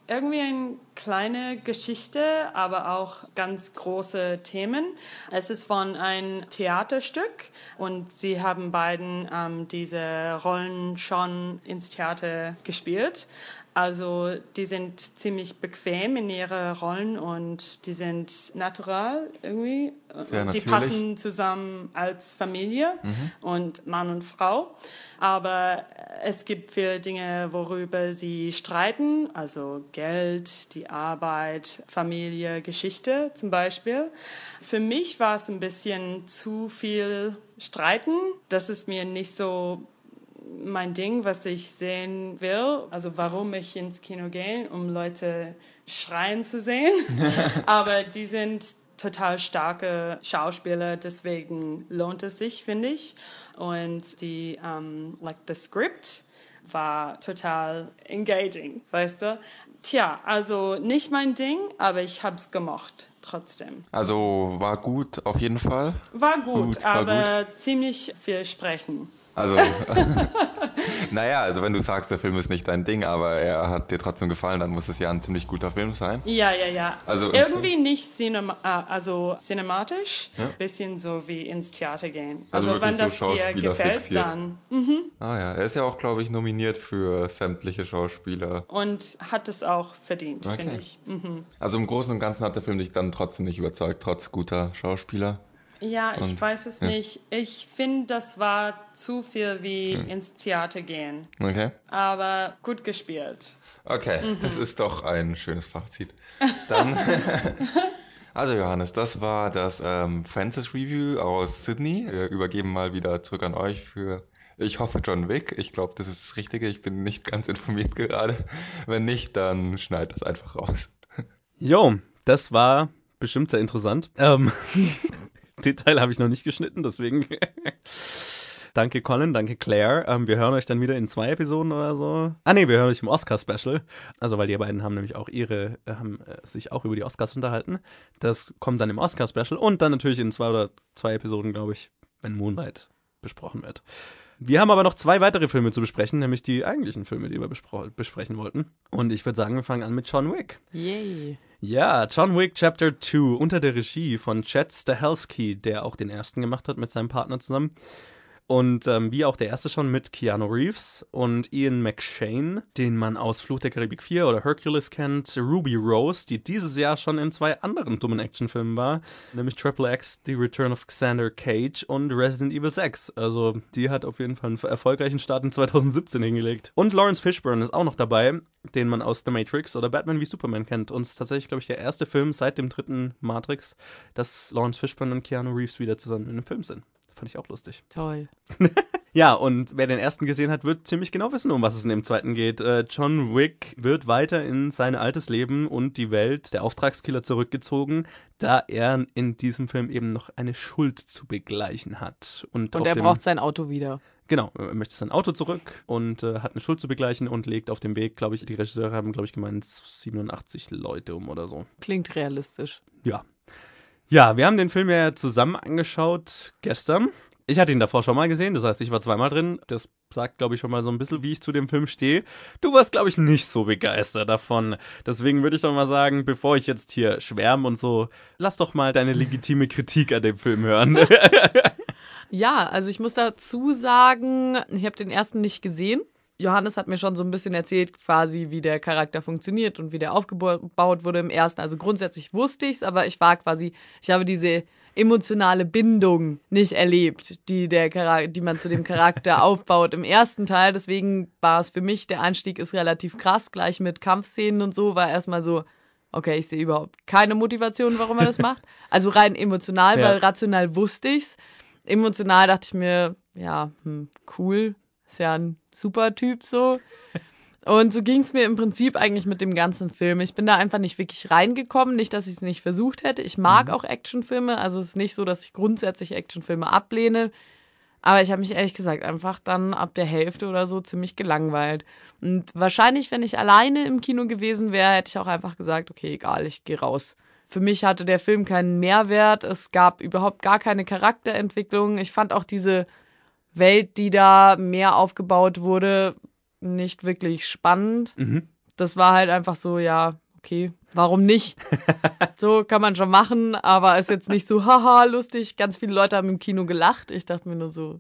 irgendwie eine kleine Geschichte, aber auch ganz große Themen. Es ist von einem Theaterstück und sie haben beiden diese Rollen schon ins Theater gespielt. Also die sind ziemlich bequem in ihre Rollen und die sind natural irgendwie. Sehr die natürlich. passen zusammen als Familie und Mann und Frau. Aber es gibt viele Dinge, worüber sie streiten, also Geld, die Arbeit, Familie, Geschichte zum Beispiel. Für mich war es ein bisschen zu viel Streiten. Das ist mir nicht so mein Ding, was ich sehen will. Also warum ich ins Kino gehe, um Leute schreien zu sehen. Aber die sind total starke Schauspieler, deswegen lohnt es sich, finde ich. Und die, the script war total engaging, weißt du? Tja, also nicht mein Ding, aber ich hab's gemocht, trotzdem. Also war gut, auf jeden Fall. War gut, War aber ziemlich viel sprechen. Also, naja, also wenn du sagst, der Film ist nicht dein Ding, aber er hat dir trotzdem gefallen, dann muss es ja ein ziemlich guter Film sein. Ja. Also irgendwie nicht cinematisch, bisschen so wie ins Theater gehen. Also wenn das so dir gefällt, fixiert. dann. Ah ja, er ist ja auch, glaube ich, nominiert für sämtliche Schauspieler. Und hat es auch verdient, Okay. finde ich. Also im Großen und Ganzen hat der Film dich dann trotzdem nicht überzeugt, trotz guter Schauspieler. Ja, ich weiß es nicht. Ich finde, das war zu viel wie ins Theater gehen. Okay. Aber gut gespielt. Okay, das ist doch ein schönes Fazit. Dann, also Johannes, das war das Francis Review aus Sydney. Wir übergeben mal wieder zurück an euch für, ich hoffe, John Wick. Ich glaube, das ist das Richtige. Ich bin nicht ganz informiert gerade. Wenn nicht, dann schneid das einfach raus. Jo, das war bestimmt sehr interessant. Den Teil habe ich noch nicht geschnitten, deswegen danke Colin, danke Claire. Wir hören euch dann wieder in 2 Episoden oder so. Wir hören euch im Oscar-Special. Also, weil die beiden haben nämlich auch haben sich auch über die Oscars unterhalten. Das kommt dann im Oscar-Special und dann natürlich in 2 Episoden, glaube ich, wenn Moonlight besprochen wird. Wir haben aber noch 2 weitere Filme zu besprechen, nämlich die eigentlichen Filme, die wir besprechen wollten. Und ich würde sagen, wir fangen an mit John Wick. Yay. Ja, John Wick Chapter 2 unter der Regie von Chad Stahelski, der auch den ersten gemacht hat mit seinem Partner zusammen. Und wie auch der erste schon mit Keanu Reeves und Ian McShane, den man aus Fluch der Karibik 4 oder Hercules kennt, Ruby Rose, die dieses Jahr schon in 2 anderen dummen Actionfilmen war, nämlich Triple X, The Return of Xander Cage und Resident Evil 6. Also die hat auf jeden Fall einen erfolgreichen Start in 2017 hingelegt. Und Lawrence Fishburne ist auch noch dabei, den man aus The Matrix oder Batman wie Superman kennt. Und es ist tatsächlich, glaube ich, der erste Film seit dem 3. Matrix, dass Lawrence Fishburne und Keanu Reeves wieder zusammen in einem Film sind. Fand ich auch lustig. Toll. Ja, und wer den ersten gesehen hat, wird ziemlich genau wissen, um was es in dem zweiten geht. John Wick wird weiter in sein altes Leben und die Welt der Auftragskiller zurückgezogen, da er in diesem Film eben noch eine Schuld zu begleichen hat. Und er braucht sein Auto wieder. Genau, er möchte sein Auto zurück und hat eine Schuld zu begleichen und legt auf dem Weg, glaube ich, die Regisseure haben, glaube ich, gemeint, 87 Leute um oder so. Klingt realistisch. Ja. Ja, wir haben den Film ja zusammen angeschaut gestern. Ich hatte ihn davor schon mal gesehen, das heißt, ich war 2-mal drin. Das sagt, glaube ich, schon mal so ein bisschen, wie ich zu dem Film stehe. Du warst, glaube ich, nicht so begeistert davon. Deswegen würde ich doch mal sagen, bevor ich jetzt hier schwärme und so, lass doch mal deine legitime Kritik an dem Film hören. Ja, also ich muss dazu sagen, ich habe den ersten nicht gesehen. Johannes hat mir schon so ein bisschen erzählt, quasi, wie der Charakter funktioniert und wie der aufgebaut wurde im ersten. Also grundsätzlich wusste ich's, aber ich habe diese emotionale Bindung nicht erlebt, die man zu dem Charakter aufbaut im ersten Teil. Deswegen war es für mich, der Einstieg ist relativ krass, gleich mit Kampfszenen und so, war erstmal so, okay, ich sehe überhaupt keine Motivation, warum er das macht. Also rein emotional, weil rational wusste ich's. Emotional dachte ich mir, ja, cool, ist ja ein super Typ so. Und so ging es mir im Prinzip eigentlich mit dem ganzen Film. Ich bin da einfach nicht wirklich reingekommen. Nicht, dass ich es nicht versucht hätte. Ich mag auch Actionfilme. Also es ist nicht so, dass ich grundsätzlich Actionfilme ablehne. Aber ich habe mich ehrlich gesagt einfach dann ab der Hälfte oder so ziemlich gelangweilt. Und wahrscheinlich, wenn ich alleine im Kino gewesen wäre, hätte ich auch einfach gesagt, okay, egal, ich gehe raus. Für mich hatte der Film keinen Mehrwert. Es gab überhaupt gar keine Charakterentwicklung. Ich fand auch diese Welt, die da mehr aufgebaut wurde, nicht wirklich spannend. das war halt einfach so, ja, okay, warum nicht? So kann man schon machen, aber ist jetzt nicht so, haha, lustig. Ganz viele Leute haben im Kino gelacht. Ich dachte mir nur so,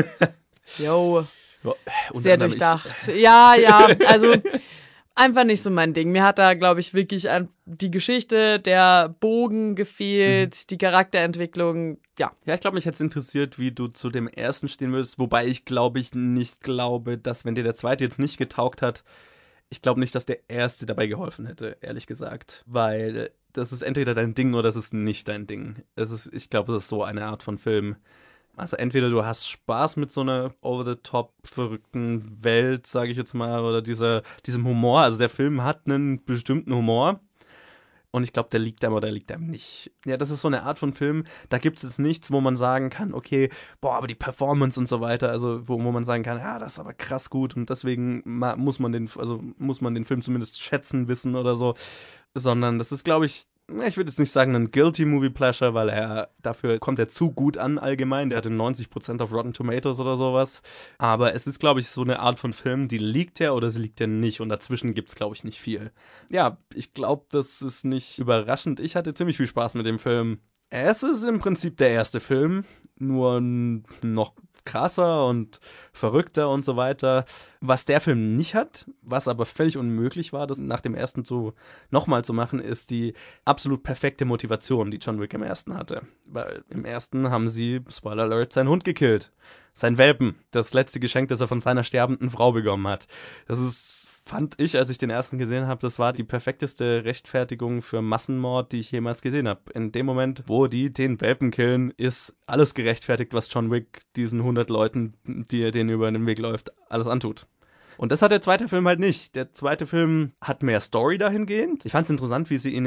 yo, sehr durchdacht. Ja, also einfach nicht so mein Ding. Mir hat da, glaube ich, wirklich die Geschichte, der Bogen gefehlt, die Charakterentwicklung, ja. Ja, ich glaube, mich hätte es interessiert, wie du zu dem ersten stehen würdest, wobei ich nicht glaube, dass, wenn dir der zweite jetzt nicht getaugt hat, ich glaube nicht, dass der erste dabei geholfen hätte, ehrlich gesagt. Weil das ist entweder dein Ding oder das ist nicht dein Ding. Ich glaube, das ist so eine Art von Film. Also entweder du hast Spaß mit so einer over-the-top verrückten Welt, sage ich jetzt mal, oder diesem Humor. Also der Film hat einen bestimmten Humor. Und ich glaube, der liegt einem oder der liegt einem nicht. Ja, das ist so eine Art von Film, da gibt es jetzt nichts, wo man sagen kann, okay, boah, aber die Performance und so weiter, also wo man sagen kann, ja, das ist aber krass gut und deswegen muss man den Film zumindest schätzen, wissen oder so. Sondern das ist, glaube ich würde jetzt nicht sagen ein Guilty Movie Pleasure, weil dafür kommt er zu gut an allgemein. Der hatte 90% auf Rotten Tomatoes oder sowas. Aber es ist, glaube ich, so eine Art von Film, die liegt er oder sie liegt er nicht. Und dazwischen gibt es, glaube ich, nicht viel. Ja, ich glaube, das ist nicht überraschend. Ich hatte ziemlich viel Spaß mit dem Film. Es ist im Prinzip der erste Film, nur noch krasser und verrückter und so weiter. Was der Film nicht hat, was aber völlig unmöglich war, das nach dem ersten nochmal zu machen, ist die absolut perfekte Motivation, die John Wick im ersten hatte. Weil im ersten haben sie, Spoiler Alert, seinen Hund gekillt. Sein Welpen. Das letzte Geschenk, das er von seiner sterbenden Frau bekommen hat. Das ist, fand ich, als ich den ersten gesehen habe, das war die perfekteste Rechtfertigung für Massenmord, die ich jemals gesehen habe. In dem Moment, wo die den Welpen killen, ist alles gerechtfertigt, was John Wick diesen 100 Leuten, die er denen über den Weg läuft, alles antut. Und das hat der zweite Film halt nicht. Der zweite Film hat mehr Story dahingehend. Ich fand es interessant, wie sie ihn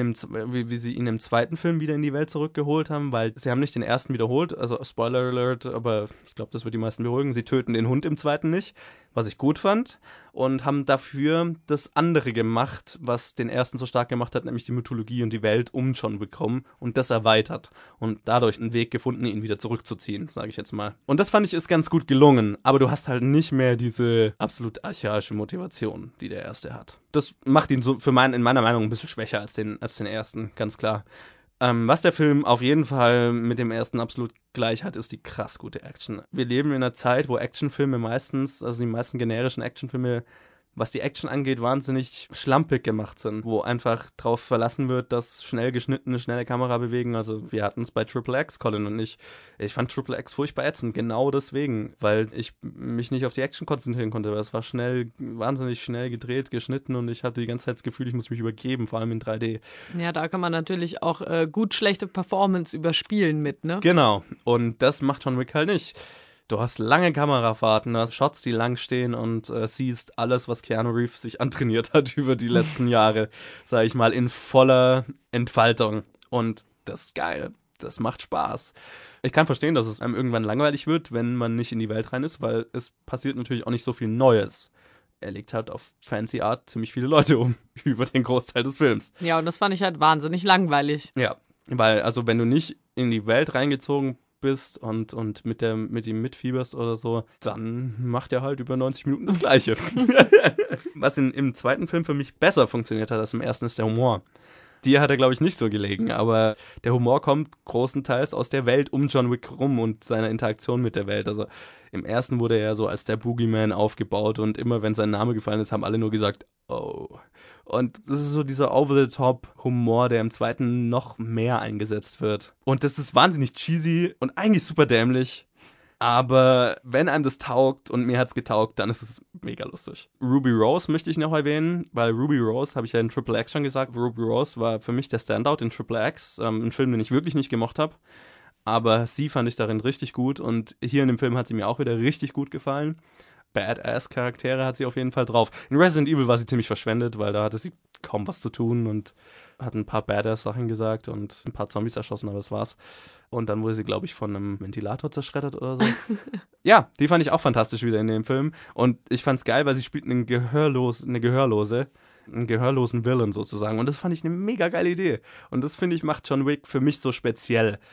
im zweiten Film wieder in die Welt zurückgeholt haben, weil sie haben nicht den ersten wiederholt, also Spoiler Alert, aber ich glaube, das wird die meisten beruhigen. Sie töten den Hund im zweiten nicht, was ich gut fand, und haben dafür das andere gemacht, was den ersten so stark gemacht hat, nämlich die Mythologie und die Welt um John bekommen und das erweitert und dadurch einen Weg gefunden, ihn wieder zurückzuziehen, sage ich jetzt mal. Und das fand ich ist ganz gut gelungen, aber du hast halt nicht mehr diese absolut archaische Motivation, die der erste hat. Das macht ihn so in meiner Meinung ein bisschen schwächer als den ersten, ganz klar. Was der Film auf jeden Fall mit dem ersten absolut gleich hat, ist die krass gute Action. Wir leben in einer Zeit, wo Actionfilme meistens, also die meisten generischen Actionfilme, was die Action angeht, wahnsinnig schlampig gemacht sind, wo einfach drauf verlassen wird, dass schnell geschnittene, schnelle Kamera bewegen. Also wir hatten es bei Triple X, Colin und ich. Ich fand Triple X furchtbar ätzend, genau deswegen, weil ich mich nicht auf die Action konzentrieren konnte, weil es war wahnsinnig schnell gedreht, geschnitten und ich hatte die ganze Zeit das Gefühl, ich muss mich übergeben, vor allem in 3D. Ja, da kann man natürlich auch gut schlechte Performance überspielen mit, ne? Genau, und das macht John Wick halt nicht. Du hast lange Kamerafahrten, du hast Shots, die lang stehen und siehst alles, was Keanu Reeves sich antrainiert hat über die letzten Jahre, sag ich mal, in voller Entfaltung. Und das ist geil. Das macht Spaß. Ich kann verstehen, dass es einem irgendwann langweilig wird, wenn man nicht in die Welt rein ist, weil es passiert natürlich auch nicht so viel Neues. Er legt halt auf fancy Art ziemlich viele Leute um, über den Großteil des Films. Ja, und das fand ich halt wahnsinnig langweilig. Ja, weil, also wenn du nicht in die Welt reingezogen bist und mit ihm mitfieberst oder so, dann macht er halt über 90 Minuten das Gleiche. Was im zweiten Film für mich besser funktioniert hat als im ersten, ist der Humor. Dir hat er, glaube ich, nicht so gelegen, aber der Humor kommt großenteils aus der Welt um John Wick rum und seiner Interaktion mit der Welt. Also im ersten wurde er so als der Boogeyman aufgebaut und immer, wenn sein Name gefallen ist, haben alle nur gesagt, oh. Und das ist so dieser Over-the-Top-Humor, der im zweiten noch mehr eingesetzt wird. Und das ist wahnsinnig cheesy und eigentlich super dämlich. Aber wenn einem das taugt, und mir hat's getaugt, dann ist es mega lustig. Ruby Rose möchte ich noch erwähnen, weil Ruby Rose, habe ich ja in Triple X schon gesagt, Ruby Rose war für mich der Standout in Triple X, ein Film, den ich wirklich nicht gemocht habe. Aber sie fand ich darin richtig gut und hier in dem Film hat sie mir auch wieder richtig gut gefallen. Badass-Charaktere hat sie auf jeden Fall drauf. In Resident Evil war sie ziemlich verschwendet, weil da hatte sie kaum was zu tun und hat ein paar Badass-Sachen gesagt und ein paar Zombies erschossen, aber das war's. Und dann wurde sie, glaube ich, von einem Ventilator zerschreddert oder so. Ja, die fand ich auch fantastisch wieder in dem Film. Und ich fand's geil, weil sie spielt einen gehörlosen Villain sozusagen. Und das fand ich eine mega geile Idee. Und das, finde ich, macht John Wick für mich so speziell.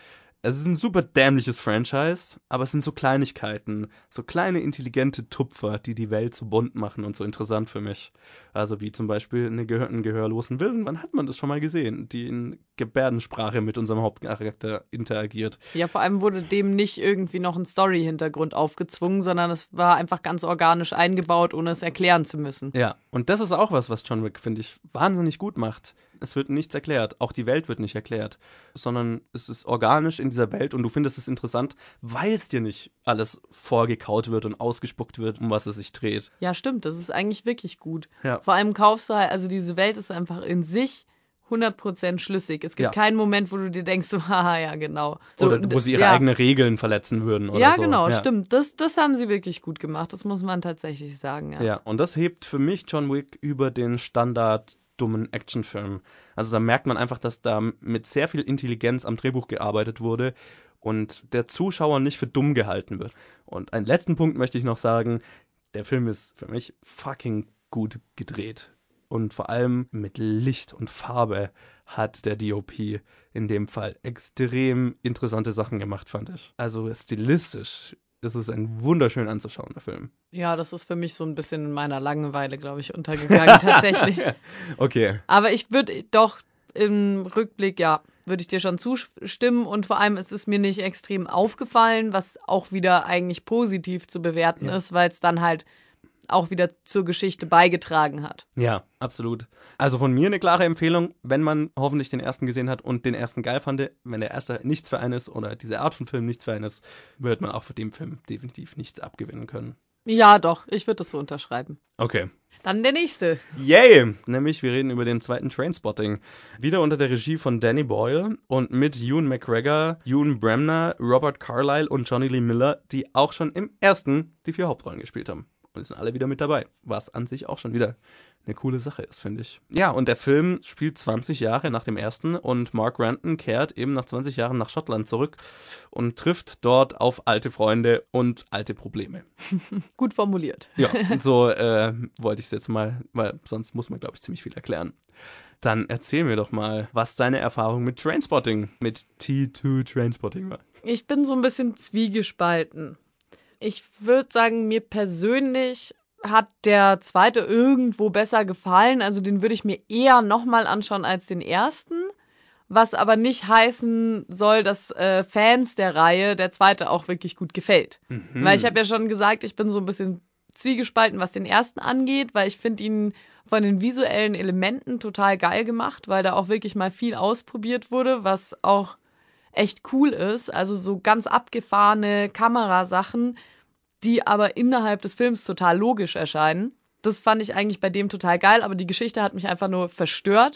Es ist ein super dämliches Franchise, aber es sind so Kleinigkeiten, so kleine intelligente Tupfer, die die Welt so bunt machen und so interessant für mich. Also wie zum Beispiel einen gehörlosen Willen. Wann hat man das schon mal gesehen? Die in Gebärdensprache mit unserem Hauptcharakter interagiert. Ja, vor allem wurde dem nicht irgendwie noch ein Story-Hintergrund aufgezwungen, sondern es war einfach ganz organisch eingebaut, ohne es erklären zu müssen. Ja, und das ist auch was John Wick, finde ich, wahnsinnig gut macht. Es wird nichts erklärt, auch die Welt wird nicht erklärt, sondern es ist organisch in dieser Welt und du findest es interessant, weil es dir nicht alles vorgekaut wird und ausgespuckt wird, um was es sich dreht. Ja, stimmt, das ist eigentlich wirklich gut. Ja. Vor allem kaufst du halt, also diese Welt ist einfach in sich 100% schlüssig. Es gibt keinen Moment, wo du dir denkst, so, haha, ja, genau. So, oder wo sie ihre eigenen Regeln verletzen würden oder ja, so. Genau, stimmt. Das haben sie wirklich gut gemacht, das muss man tatsächlich sagen. Ja, und das hebt für mich John Wick über den Standard dummen Actionfilm. Also da merkt man einfach, dass da mit sehr viel Intelligenz am Drehbuch gearbeitet wurde und der Zuschauer nicht für dumm gehalten wird. Und einen letzten Punkt möchte ich noch sagen, der Film ist für mich fucking gut gedreht. Und vor allem mit Licht und Farbe hat der DOP in dem Fall extrem interessante Sachen gemacht, fand ich. Also stilistisch ist es ein wunderschön anzuschauender Film. Ja, das ist für mich so ein bisschen in meiner Langeweile, glaube ich, untergegangen, tatsächlich. Okay. Aber ich würde doch im Rückblick, würde ich dir schon zustimmen. Und vor allem ist es mir nicht extrem aufgefallen, was auch wieder eigentlich positiv zu bewerten ist, weil es dann halt auch wieder zur Geschichte beigetragen hat. Ja, absolut. Also von mir eine klare Empfehlung, wenn man hoffentlich den ersten gesehen hat und den ersten geil fand, wenn der erste nichts für einen ist oder diese Art von Film nichts für einen ist, wird man auch für den Film definitiv nichts abgewinnen können. Ja, doch, ich würde das so unterschreiben. Okay. Dann der nächste. Yay! Nämlich, wir reden über den zweiten Trainspotting. Wieder unter der Regie von Danny Boyle und mit Ewan McGregor, Ewan Bremner, Robert Carlyle und Johnny Lee Miller, die auch schon im ersten die 4 Hauptrollen gespielt haben. Und die sind alle wieder mit dabei, was an sich auch schon wieder eine coole Sache ist, finde ich. Ja, und der Film spielt 20 Jahre nach dem ersten und Mark Renton kehrt eben nach 20 Jahren nach Schottland zurück und trifft dort auf alte Freunde und alte Probleme. Gut formuliert. Ja, und so wollte ich es jetzt mal, weil sonst muss man, glaube ich, ziemlich viel erklären. Dann erzähl mir doch mal, was deine Erfahrung mit Trainspotting, mit T2 Trainspotting war. Ich bin so ein bisschen zwiegespalten. Ich würde sagen, mir persönlich hat der zweite irgendwo besser gefallen. Also den würde ich mir eher nochmal anschauen als den ersten. Was aber nicht heißen soll, dass Fans der Reihe der zweite auch wirklich gut gefällt. Weil ich habe ja schon gesagt, ich bin so ein bisschen zwiegespalten, was den ersten angeht, weil ich finde ihn von den visuellen Elementen total geil gemacht, weil da auch wirklich mal viel ausprobiert wurde, was auch echt cool ist. Also so ganz abgefahrene Kamerasachen, die aber innerhalb des Films total logisch erscheinen. Das fand ich eigentlich bei dem total geil, aber die Geschichte hat mich einfach nur verstört.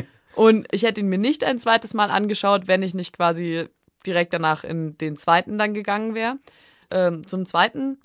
Und ich hätte ihn mir nicht ein zweites Mal angeschaut, wenn ich nicht quasi direkt danach in den zweiten dann gegangen wäre. Zum zweiten,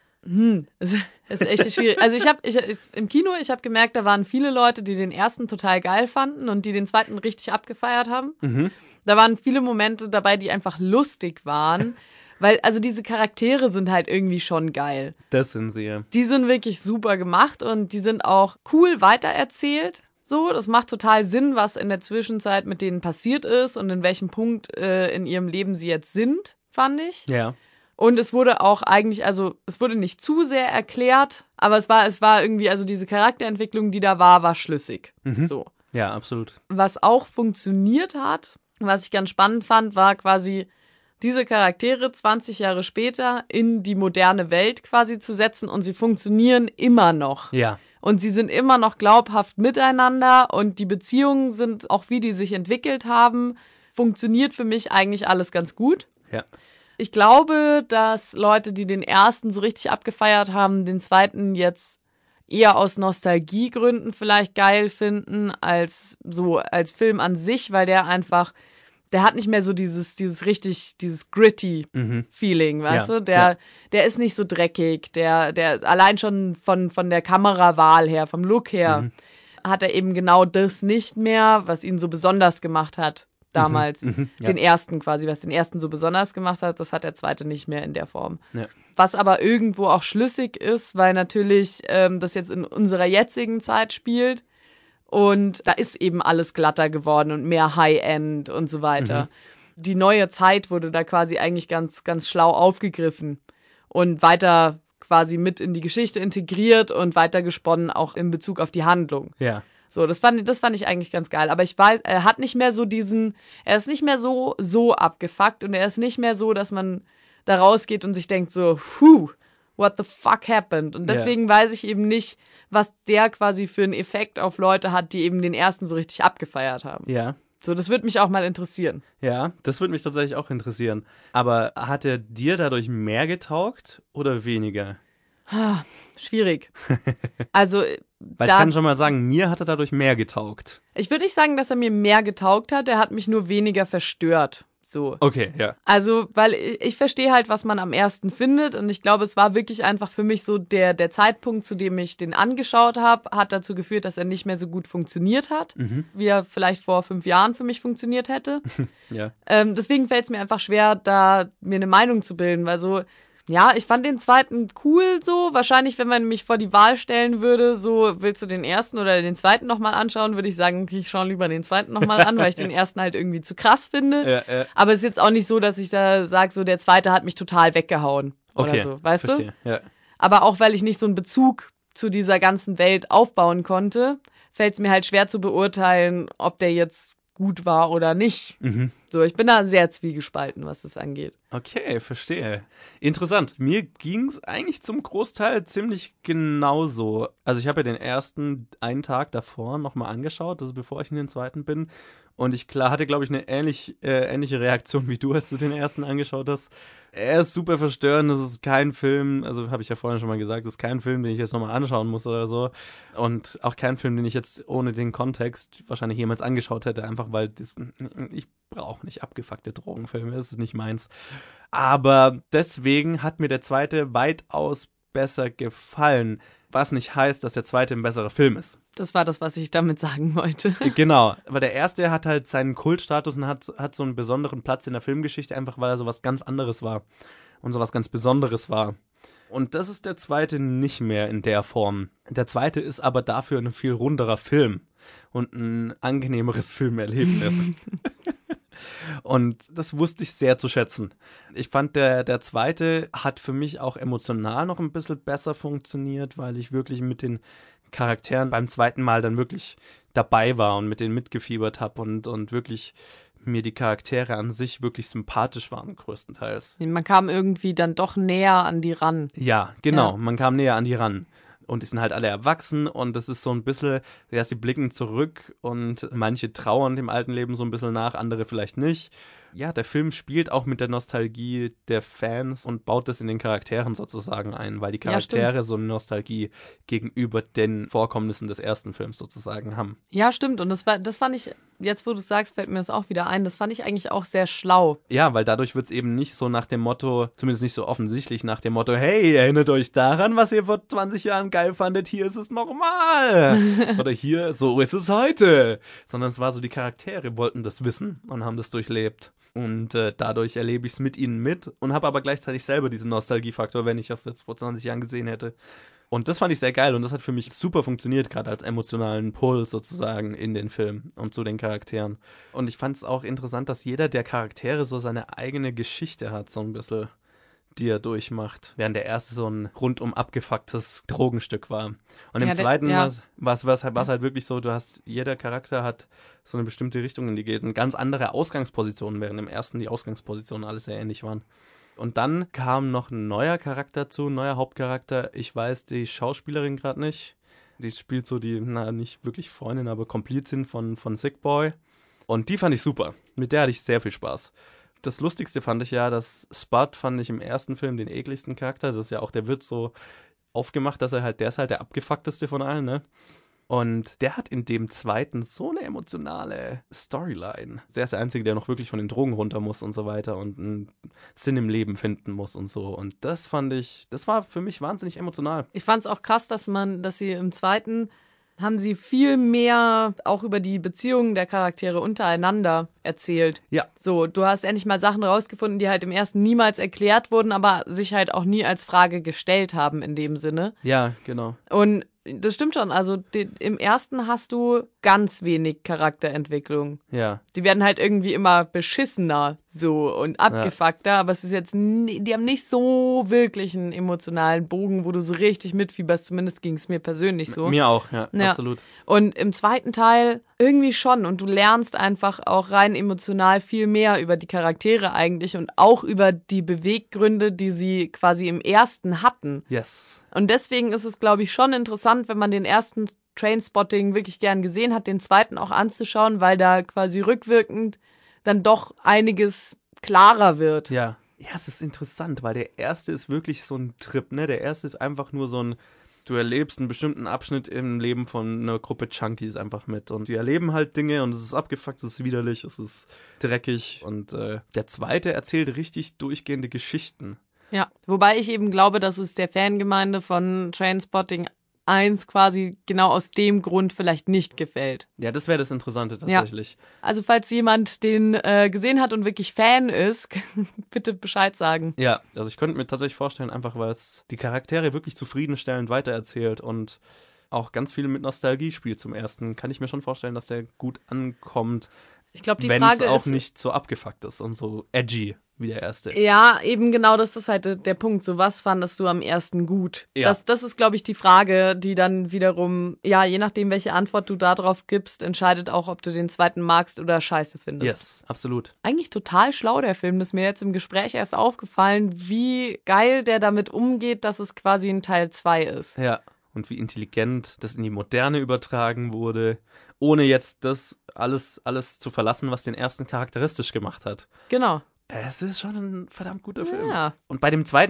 ist echt schwierig. Also im Kino, ich habe gemerkt, da waren viele Leute, die den ersten total geil fanden und die den zweiten richtig abgefeiert haben. Da waren viele Momente dabei, die einfach lustig waren. Weil, also diese Charaktere sind halt irgendwie schon geil. Das sind sie, ja. Die sind wirklich super gemacht und die sind auch cool weitererzählt. So, das macht total Sinn, was in der Zwischenzeit mit denen passiert ist und in welchem Punkt in ihrem Leben sie jetzt sind, fand ich. Ja. Und es wurde auch eigentlich, also es wurde nicht zu sehr erklärt, aber es war irgendwie, also diese Charakterentwicklung, die da war schlüssig. So. Ja, absolut. Was auch funktioniert hat, was ich ganz spannend fand, war quasi diese Charaktere 20 Jahre später in die moderne Welt quasi zu setzen und sie funktionieren immer noch. Ja. Und sie sind immer noch glaubhaft miteinander und die Beziehungen sind, auch wie die sich entwickelt haben, funktioniert für mich eigentlich alles ganz gut. Ja. Ich glaube, dass Leute, die den ersten so richtig abgefeiert haben, den zweiten jetzt eher aus Nostalgiegründen vielleicht geil finden als so als Film an sich, weil der hat nicht mehr so dieses gritty Feeling, weißt du? Der ist nicht so dreckig, der allein schon von der Kamerawahl her, vom Look her, hat er eben genau das nicht mehr, was ihn so besonders gemacht hat damals. Den ersten quasi, was den ersten so besonders gemacht hat, das hat der zweite nicht mehr in der Form. Ja. Was aber irgendwo auch schlüssig ist, weil natürlich das jetzt in unserer jetzigen Zeit spielt. Und da ist eben alles glatter geworden und mehr High-End und so weiter. Die neue Zeit wurde da quasi eigentlich ganz, ganz schlau aufgegriffen und weiter quasi mit in die Geschichte integriert und weiter gesponnen, auch in Bezug auf die Handlung. Ja. So, das fand ich eigentlich ganz geil. Aber ich weiß, er hat nicht mehr so er ist nicht mehr so abgefuckt und er ist nicht mehr so, dass man da rausgeht und sich denkt so, what the fuck happened? Und deswegen weiß ich eben nicht, was der quasi für einen Effekt auf Leute hat, die eben den ersten so richtig abgefeiert haben. Ja. So, das würde mich auch mal interessieren. Ja, das würde mich tatsächlich auch interessieren. Aber hat er dir dadurch mehr getaugt oder weniger? Schwierig. Also, Weil ich kann schon mal sagen, mir hat er dadurch mehr getaugt. ich würde nicht sagen, dass er mir mehr getaugt hat, er hat mich nur weniger verstört. So. Okay, ja. Also, weil ich verstehe halt, was man am ersten findet und ich glaube, es war wirklich einfach für mich so der Zeitpunkt, zu dem ich den angeschaut habe, hat dazu geführt, dass er nicht mehr so gut funktioniert hat, wie er vielleicht vor 5 Jahren für mich funktioniert hätte. Ja. Deswegen fällt es mir einfach schwer, da mir eine Meinung zu bilden, weil so, ja, ich fand den zweiten cool so. Wahrscheinlich, wenn man mich vor die Wahl stellen würde, so, willst du den ersten oder den zweiten nochmal anschauen, würde ich sagen, okay, ich schaue lieber den zweiten nochmal an, weil ich den ersten halt irgendwie zu krass finde. Ja. Aber es ist jetzt auch nicht so, dass ich da sage, so, der zweite hat mich total weggehauen oder Okay, so, weißt verstehe. du? Ja. Aber auch, weil ich nicht so einen Bezug zu dieser ganzen Welt aufbauen konnte, fällt es mir halt schwer zu beurteilen, ob der jetzt gut war oder nicht. So, ich bin da sehr zwiegespalten, was das angeht. Okay, verstehe. Interessant. Mir ging es eigentlich zum Großteil ziemlich genauso. Also ich habe ja den ersten einen Tag davor nochmal angeschaut, also bevor ich in den zweiten bin. Und ich hatte, glaube ich, eine ähnliche Reaktion wie du, als du den ersten angeschaut hast. Er ist super verstörend, das ist kein Film, also habe ich ja vorhin schon mal gesagt, das ist kein Film, den ich jetzt nochmal anschauen muss oder so. Und auch kein Film, den ich jetzt ohne den Kontext wahrscheinlich jemals angeschaut hätte, einfach weil ich brauche nicht abgefuckte Drogenfilme, das ist nicht meins. Aber deswegen hat mir der zweite weitaus besser gefallen, was nicht heißt, dass der zweite ein besserer Film ist. Das war das, was ich damit sagen wollte. Genau, weil der erste hat halt seinen Kultstatus und hat so einen besonderen Platz in der Filmgeschichte, einfach weil er so was ganz anderes war und so was ganz Besonderes war. Und das ist der zweite nicht mehr in der Form. Der zweite ist aber dafür ein viel runderer Film und ein angenehmeres Filmerlebnis. Und das wusste ich sehr zu schätzen. Ich fand, der zweite hat für mich auch emotional noch ein bisschen besser funktioniert, weil ich wirklich mit den Charakteren beim zweiten Mal dann wirklich dabei war und mit denen mitgefiebert habe und wirklich mir die Charaktere an sich wirklich sympathisch waren, größtenteils. Man kam irgendwie dann doch näher an die ran. Ja, genau, Ja. man kam näher an die ran. Und die sind halt alle erwachsen und das ist so ein bisschen, ja, sie blicken zurück und manche trauern dem alten Leben so ein bisschen nach, andere vielleicht nicht. Ja, der Film spielt auch mit der Nostalgie der Fans und baut das in den Charakteren sozusagen ein, weil die Ja, Charaktere so eine Nostalgie gegenüber den Vorkommnissen des ersten Films sozusagen haben. Ja, stimmt. Und das fand ich, jetzt wo du es sagst, fällt mir das auch wieder ein, das fand ich eigentlich auch sehr schlau. Ja, weil dadurch wird es eben nicht so nach dem Motto, zumindest nicht so offensichtlich nach dem Motto, hey, erinnert euch daran, was ihr vor 20 Jahren geil fandet, hier ist es normal. Oder hier, so ist es heute. Sondern es war so, die Charaktere wollten das wissen und haben das durchlebt. Und dadurch erlebe ich es mit ihnen mit und habe aber gleichzeitig selber diesen Nostalgiefaktor, wenn ich das jetzt vor 20 Jahren gesehen hätte. Und das fand ich sehr geil und das hat für mich super funktioniert, gerade als emotionalen Pull sozusagen in den Film und zu den Charakteren. Und ich fand es auch interessant, dass jeder der Charaktere so seine eigene Geschichte hat, so ein bisschen, die er durchmacht. Während der erste so ein rundum abgefucktes Drogenstück war. Und im zweiten war es halt wirklich so, jeder Charakter hat so eine bestimmte Richtung, in die geht. Und ganz andere Ausgangspositionen, während im ersten die Ausgangspositionen alles sehr ähnlich waren. Und dann kam noch ein neuer Charakter zu, ein neuer Hauptcharakter. Ich weiß die Schauspielerin gerade nicht. Die spielt so die, nicht wirklich Freundin, aber Komplizin von Sick Boy. Und die fand ich super. Mit der hatte ich sehr viel Spaß. Das Lustigste fand ich ja, dass Spud fand ich im ersten Film den ekligsten Charakter. Das ist ja auch, der wird so aufgemacht, der ist halt der abgefuckteste von allen, ne? Und der hat in dem zweiten so eine emotionale Storyline. Der ist der Einzige, der noch wirklich von den Drogen runter muss und so weiter und einen Sinn im Leben finden muss und so. Und das war für mich wahnsinnig emotional. Ich fand es auch krass, dass sie im zweiten haben sie viel mehr auch über die Beziehungen der Charaktere untereinander erzählt. Ja. So, du hast endlich mal Sachen rausgefunden, die halt im ersten niemals erklärt wurden, aber sich halt auch nie als Frage gestellt haben in dem Sinne. Ja, genau. Und das stimmt schon, also im ersten hast du ganz wenig Charakterentwicklung. Ja. Die werden halt irgendwie immer beschissener, so und abgefuckter, aber es ist jetzt, die haben nicht so wirklich einen emotionalen Bogen, wo du so richtig mitfieberst, zumindest ging es mir persönlich so. Mir auch, ja, absolut. Und im zweiten Teil irgendwie schon und du lernst einfach auch rein emotional viel mehr über die Charaktere eigentlich und auch über die Beweggründe, die sie quasi im ersten hatten. Yes. Und deswegen ist es, glaube ich, schon interessant, wenn man den ersten Trainspotting wirklich gern gesehen hat, den zweiten auch anzuschauen, weil da quasi rückwirkend dann doch einiges klarer wird. Ja. Ja, es ist interessant, weil der erste ist wirklich so ein Trip, ne? Der erste ist einfach nur so ein, du erlebst einen bestimmten Abschnitt im Leben von einer Gruppe Junkies einfach mit und die erleben halt Dinge und es ist abgefuckt, es ist widerlich, es ist dreckig und der zweite erzählt richtig durchgehende Geschichten. Ja, wobei ich eben glaube, dass es der Fangemeinde von Trainspotting 1 quasi genau aus dem Grund vielleicht nicht gefällt. Ja, das wäre das Interessante tatsächlich. Ja. Also falls jemand den gesehen hat und wirklich Fan ist, bitte Bescheid sagen. Ja, also ich könnte mir tatsächlich vorstellen, einfach weil es die Charaktere wirklich zufriedenstellend weitererzählt und auch ganz viel mit Nostalgie spielt zum ersten, kann ich mir schon vorstellen, dass der gut ankommt, ich glaube, die wenn Frage es auch ist, nicht so abgefuckt ist und so edgy wie der erste. Ja, eben genau, das ist halt der Punkt. So, was fandest du am ersten gut? Ja. Das ist, glaube ich, die Frage, die dann wiederum, ja, je nachdem, welche Antwort du darauf gibst, entscheidet auch, ob du den zweiten magst oder scheiße findest. Yes, absolut. Eigentlich total schlau, der Film. Das ist mir jetzt im Gespräch erst aufgefallen, wie geil der damit umgeht, dass es quasi ein Teil 2 ist. Ja, und wie intelligent das in die Moderne übertragen wurde, ohne jetzt das alles zu verlassen, was den ersten charakteristisch gemacht hat. Genau. Es ist schon ein verdammt guter Film. Ja. Und bei dem zweiten,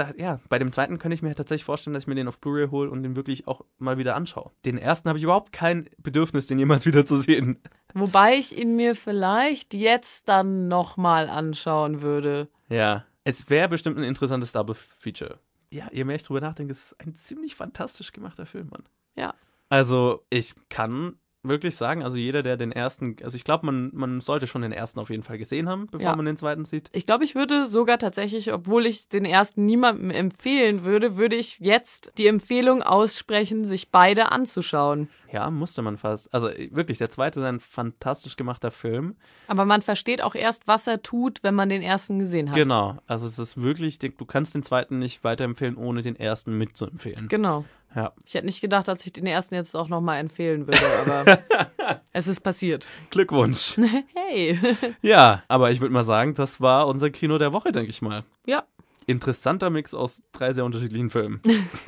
bei dem zweiten könnte ich mir tatsächlich vorstellen, dass ich mir den auf Blu-ray hole und den wirklich auch mal wieder anschaue. Den ersten habe ich überhaupt kein Bedürfnis, den jemals wieder zu sehen. Wobei ich ihn mir vielleicht jetzt dann nochmal anschauen würde. Ja, es wäre bestimmt ein interessantes Double-Feature. Ja, je mehr ich drüber nachdenke, es ist ein ziemlich fantastisch gemachter Film, Mann. Ja. Also, ich kann wirklich sagen, also jeder, der den ersten, also ich glaube, man sollte schon den ersten auf jeden Fall gesehen haben, bevor man den zweiten sieht. Ich glaube, ich würde sogar tatsächlich, obwohl ich den ersten niemandem empfehlen würde ich jetzt die Empfehlung aussprechen, sich beide anzuschauen. Ja, musste man fast. Also wirklich, der zweite ist ein fantastisch gemachter Film. Aber man versteht auch erst, was er tut, wenn man den ersten gesehen hat. Genau, also es ist wirklich, du kannst den zweiten nicht weiterempfehlen, ohne den ersten mitzuempfehlen. Genau. Ja. Ich hätte nicht gedacht, dass ich den ersten jetzt auch nochmal empfehlen würde, aber es ist passiert. Glückwunsch. Hey. Ja, aber ich würde mal sagen, das war unser Kino der Woche, denke ich mal. Ja. Interessanter Mix aus 3 sehr unterschiedlichen Filmen.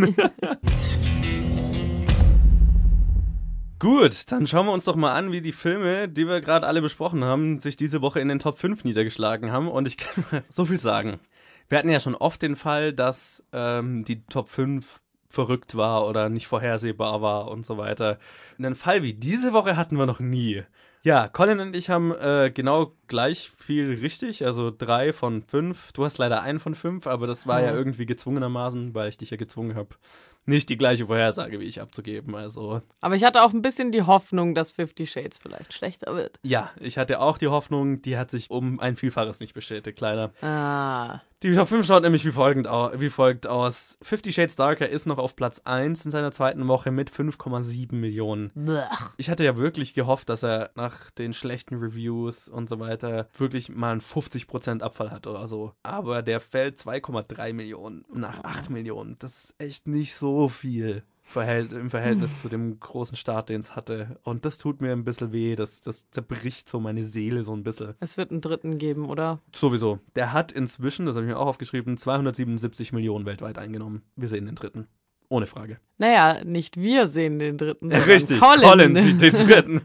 Gut, dann schauen wir uns doch mal an, wie die Filme, die wir gerade alle besprochen haben, sich diese Woche in den Top 5 niedergeschlagen haben. Und ich kann mal so viel sagen. Wir hatten ja schon oft den Fall, dass die Top 5 verrückt war oder nicht vorhersehbar war und so weiter. Einen Fall wie diese Woche hatten wir noch nie. Ja, Colin und ich haben genau gleich viel richtig, also 3 von 5. Du hast leider 1 von 5, aber das war ja irgendwie gezwungenermaßen, weil ich dich ja gezwungen habe, nicht die gleiche Vorhersage wie ich abzugeben. Also. Aber ich hatte auch ein bisschen die Hoffnung, dass 50 Shades vielleicht schlechter wird. Ja, ich hatte auch die Hoffnung, die hat sich um ein Vielfaches nicht bestätigt, leider. Ah. Die Top 5 schaut nämlich wie folgt aus. 50 Shades Darker ist noch auf Platz 1 in seiner zweiten Woche mit 5,7 Millionen. Blech. Ich hatte ja wirklich gehofft, dass er nach den schlechten Reviews und so weiter wirklich mal einen 50% Abfall hat oder so. Aber der fällt 2,3 Millionen nach 8 Millionen. Das ist echt nicht so viel im Verhältnis zu dem großen Start, den es hatte. Und das tut mir ein bisschen weh. Das zerbricht so meine Seele so ein bisschen. Es wird einen dritten geben, oder? Sowieso. Der hat inzwischen, das habe ich mir auch aufgeschrieben, 277 Millionen weltweit eingenommen. Wir sehen den dritten. Ohne Frage. Naja, nicht wir sehen den dritten, sondern Richtig, Colin sieht den dritten.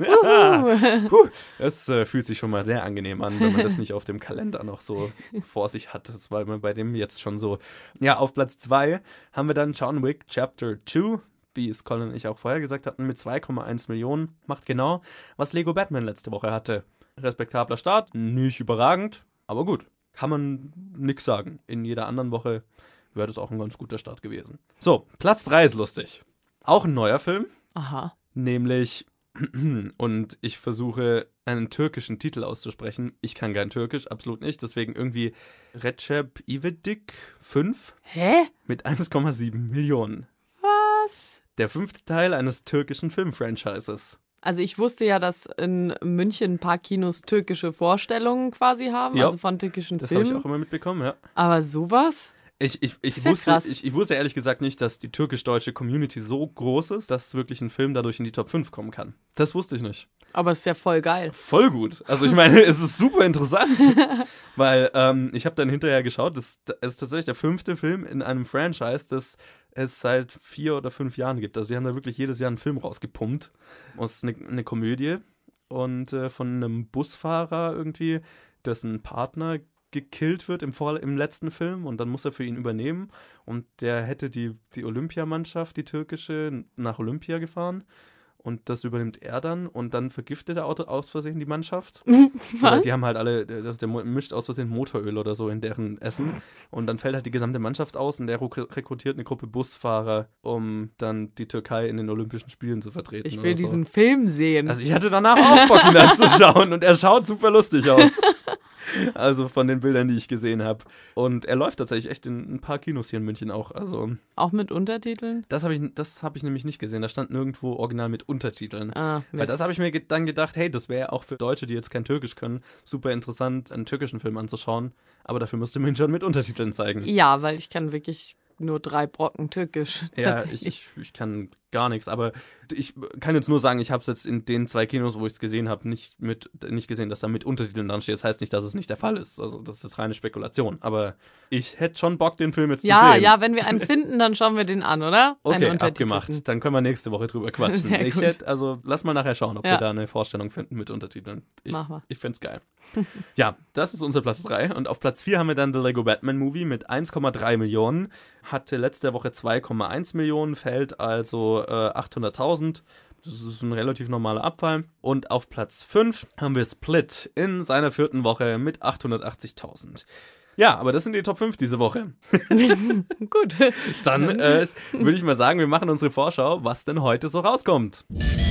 Es fühlt sich schon mal sehr angenehm an, wenn man das nicht auf dem Kalender noch so vor sich hat. Das war immer bei dem jetzt schon so. Ja, auf Platz 2 haben wir dann John Wick Chapter 2, wie es Colin und ich auch vorher gesagt hatten, mit 2,1 Millionen. Macht genau, was Lego Batman letzte Woche hatte. Respektabler Start, nicht überragend, aber gut. Kann man nix sagen. In jeder anderen Woche wäre das auch ein ganz guter Start gewesen. So, Platz 3 ist lustig. Auch ein neuer Film. Aha. Nämlich, und ich versuche einen türkischen Titel auszusprechen. Ich kann kein Türkisch, absolut nicht. Deswegen irgendwie Recep İvedik 5 Hä? mit 1,7 Millionen. Was? Der 5. Teil eines türkischen Filmfranchises. Also ich wusste ja, dass in München ein paar Kinos türkische Vorstellungen quasi haben, Ja, also von türkischen Das habe Filmen. ich auch immer mitbekommen, ja. Aber sowas? Ich ja wusste, krass. ich wusste ehrlich gesagt nicht, dass die türkisch-deutsche Community so groß ist, dass wirklich ein Film dadurch in die Top 5 kommen kann. Das wusste ich nicht. Aber es ist ja voll geil. Voll gut. Also ich meine, es ist super interessant, weil ich habe dann hinterher geschaut, es ist tatsächlich der 5. Film in einem Franchise, das es seit 4 oder 5 Jahren gibt. Also sie haben da wirklich jedes Jahr einen Film rausgepumpt. Und es ist eine Komödie und von einem Busfahrer irgendwie, dessen Partner gekillt wird im letzten Film und dann muss er für ihn übernehmen und der hätte die Olympiamannschaft, die türkische, nach Olympia gefahren und das übernimmt er dann und dann vergiftet er aus Versehen die Mannschaft. Oder die haben halt alle, der mischt aus Versehen Motoröl oder so in deren Essen und dann fällt halt die gesamte Mannschaft aus und der rekrutiert eine Gruppe Busfahrer, um dann die Türkei in den Olympischen Spielen zu vertreten. Ich will oder so. diesen Film sehen. Also ich hatte danach auch Bock, ihn anzuschauen und er schaut super lustig aus. Also von den Bildern, die ich gesehen habe. Und er läuft tatsächlich echt in ein paar Kinos hier in München auch. Also Auch mit Untertiteln? das habe ich nämlich nicht gesehen. Da stand nirgendwo original mit Untertiteln. Weil Mist. das habe ich mir dann gedacht, hey, das wäre auch für Leute, die jetzt kein Türkisch können, super interessant, einen türkischen Film anzuschauen. Aber dafür musste man ihn schon mit Untertiteln zeigen. Ja, weil ich kann wirklich nur 3 Brocken Türkisch. Ja, tatsächlich. ich kann gar nichts, aber ich kann jetzt nur sagen, ich habe es jetzt in den 2 Kinos, wo ich es gesehen habe, nicht gesehen, dass da mit Untertiteln dran steht. Das heißt nicht, dass es nicht der Fall ist. Also das ist reine Spekulation. Aber ich hätte schon Bock, den Film jetzt zu sehen. Ja, wenn wir einen finden, dann schauen wir den an, oder? Okay, Einen Untertitelten. abgemacht. Dann können wir nächste Woche drüber quatschen. Sehr gut. Lass mal nachher schauen, ob wir da eine Vorstellung finden mit Untertiteln. Mach mal. Ich find's geil. Ja, das ist unser Platz 3. Und auf Platz 4 haben wir dann The Lego Batman Movie mit 1,3 Millionen. Hatte letzte Woche 2,1 Millionen, fällt also 800.000. Das ist ein relativ normaler Abfall. Und auf Platz 5 haben wir Split in seiner 4. Woche mit 880.000. Ja, aber das sind die Top 5 diese Woche. Gut. Dann würde ich mal sagen, wir machen unsere Vorschau, was denn heute so rauskommt.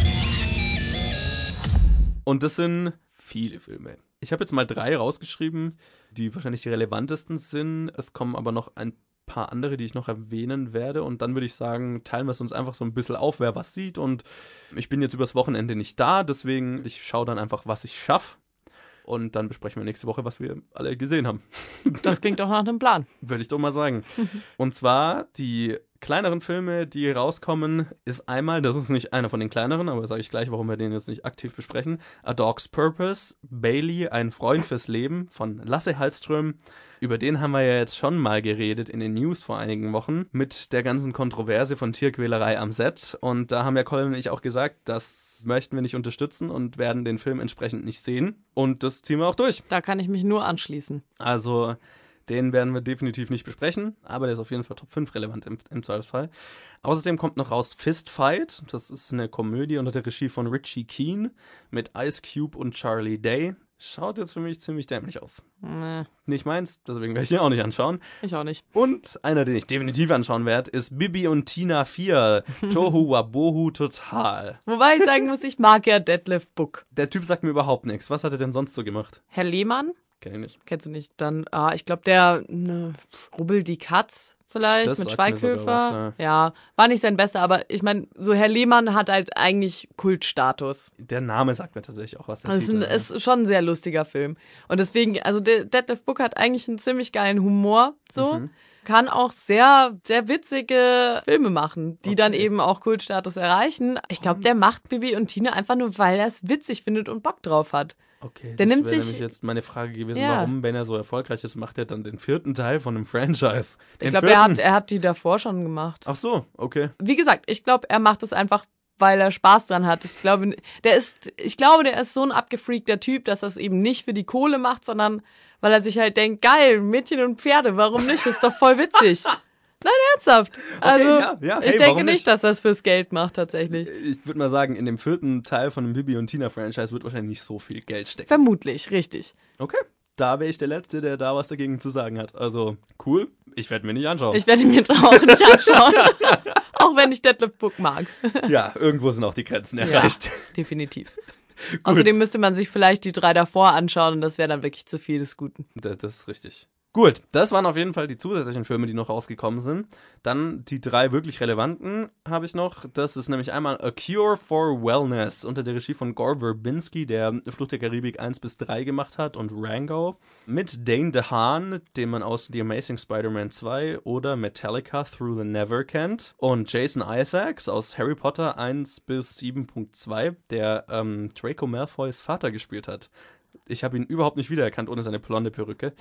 Und das sind viele Filme. Ich habe jetzt mal 3 rausgeschrieben, die wahrscheinlich die relevantesten sind. Es kommen aber noch ein paar andere, die ich noch erwähnen werde. Und dann würde ich sagen, teilen wir es uns einfach so ein bisschen auf, wer was sieht. Und ich bin jetzt übers Wochenende nicht da, deswegen ich schaue dann einfach, was ich schaffe. Und dann besprechen wir nächste Woche, was wir alle gesehen haben. Das klingt doch nach einem Plan. Würde ich doch mal sagen. Und zwar die kleineren Filme, die rauskommen, ist einmal, das ist nicht einer von den kleineren, aber sage ich gleich, warum wir den jetzt nicht aktiv besprechen. A Dog's Purpose, Bailey, ein Freund fürs Leben von Lasse Hallström. Über den haben wir ja jetzt schon mal geredet in den News vor einigen Wochen mit der ganzen Kontroverse von Tierquälerei am Set. Und da haben ja Colin und ich auch gesagt, das möchten wir nicht unterstützen und werden den Film entsprechend nicht sehen. Und das ziehen wir auch durch. Da kann ich mich nur anschließen. Also den werden wir definitiv nicht besprechen, aber der ist auf jeden Fall Top 5 relevant im Zweifelsfall. Außerdem kommt noch raus Fist Fight. Das ist eine Komödie unter der Regie von Richie Keen mit Ice Cube und Charlie Day. Schaut jetzt für mich ziemlich dämlich aus. Nee, Nicht meins, deswegen werde ich ihn auch nicht anschauen. ich auch nicht. Und einer, den ich definitiv anschauen werde, ist Bibi und Tina 4. Tohu Wabohu total. Wobei ich sagen muss, ich mag ja Detlef Book. Der Typ sagt mir überhaupt nichts. Was hat er denn sonst so gemacht? Herr Lehmann? Kenn ich nicht. Kennst du nicht? Dann, ich glaube, der Rubbel die Katz vielleicht Das mit sagt mir sogar Schweighöfer. was, Ja, war nicht sein bester, aber ich meine, so Herr Lehmann hat halt eigentlich Kultstatus. Der Name sagt mir tatsächlich auch was. Der Also Titel, es ist schon ein sehr lustiger Film. Und deswegen, also der Detlef Book hat eigentlich einen ziemlich geilen Humor, so. Kann auch sehr, sehr witzige Filme machen, die dann eben auch Kultstatus erreichen. Ich glaube, der macht Bibi und Tina einfach nur, weil er es witzig findet und Bock drauf hat. Okay, Der das nimmt wäre sich- nämlich jetzt meine Frage gewesen, Ja. warum, wenn er so erfolgreich ist, macht er dann den 4. Teil von einem Franchise? Ich glaube, er hat die davor schon gemacht. Ach so, okay. Wie gesagt, ich glaube, er macht es einfach, weil er Spaß dran hat. Ich glaube, der ist so ein abgefreakter Typ, dass er es eben nicht für die Kohle macht, sondern weil er sich halt denkt, geil, Mädchen und Pferde, warum nicht? Ist doch voll witzig. Nein, ernsthaft. Also, ja, hey, ich denke warum nicht, dass er es fürs Geld macht, tatsächlich. Ich würde mal sagen, in dem 4. Teil von dem Bibi und Tina Franchise wird wahrscheinlich nicht so viel Geld stecken. Vermutlich, richtig. Okay, da wäre ich der Letzte, der da was dagegen zu sagen hat. Also, cool, ich werde mir nicht anschauen. Ich werde ihn mir auch nicht anschauen. Auch wenn ich Detlef Book mag. Ja, irgendwo sind auch die Grenzen erreicht. Definitiv. Außerdem müsste man sich vielleicht die 3 davor anschauen und das wäre dann wirklich zu viel des Guten. Das ist richtig. Gut, das waren auf jeden Fall die zusätzlichen Filme, die noch rausgekommen sind. Dann die 3 wirklich relevanten habe ich noch. Das ist nämlich einmal A Cure for Wellness unter der Regie von Gore Verbinski, der Flucht der Karibik 1-3 gemacht hat und Rango. Mit Dane DeHaan, den man aus The Amazing Spider-Man 2 oder Metallica Through the Never kennt. Und Jason Isaacs aus Harry Potter 1-7.2, der Draco Malfoys Vater gespielt hat. Ich habe ihn überhaupt nicht wiedererkannt ohne seine blonde Perücke.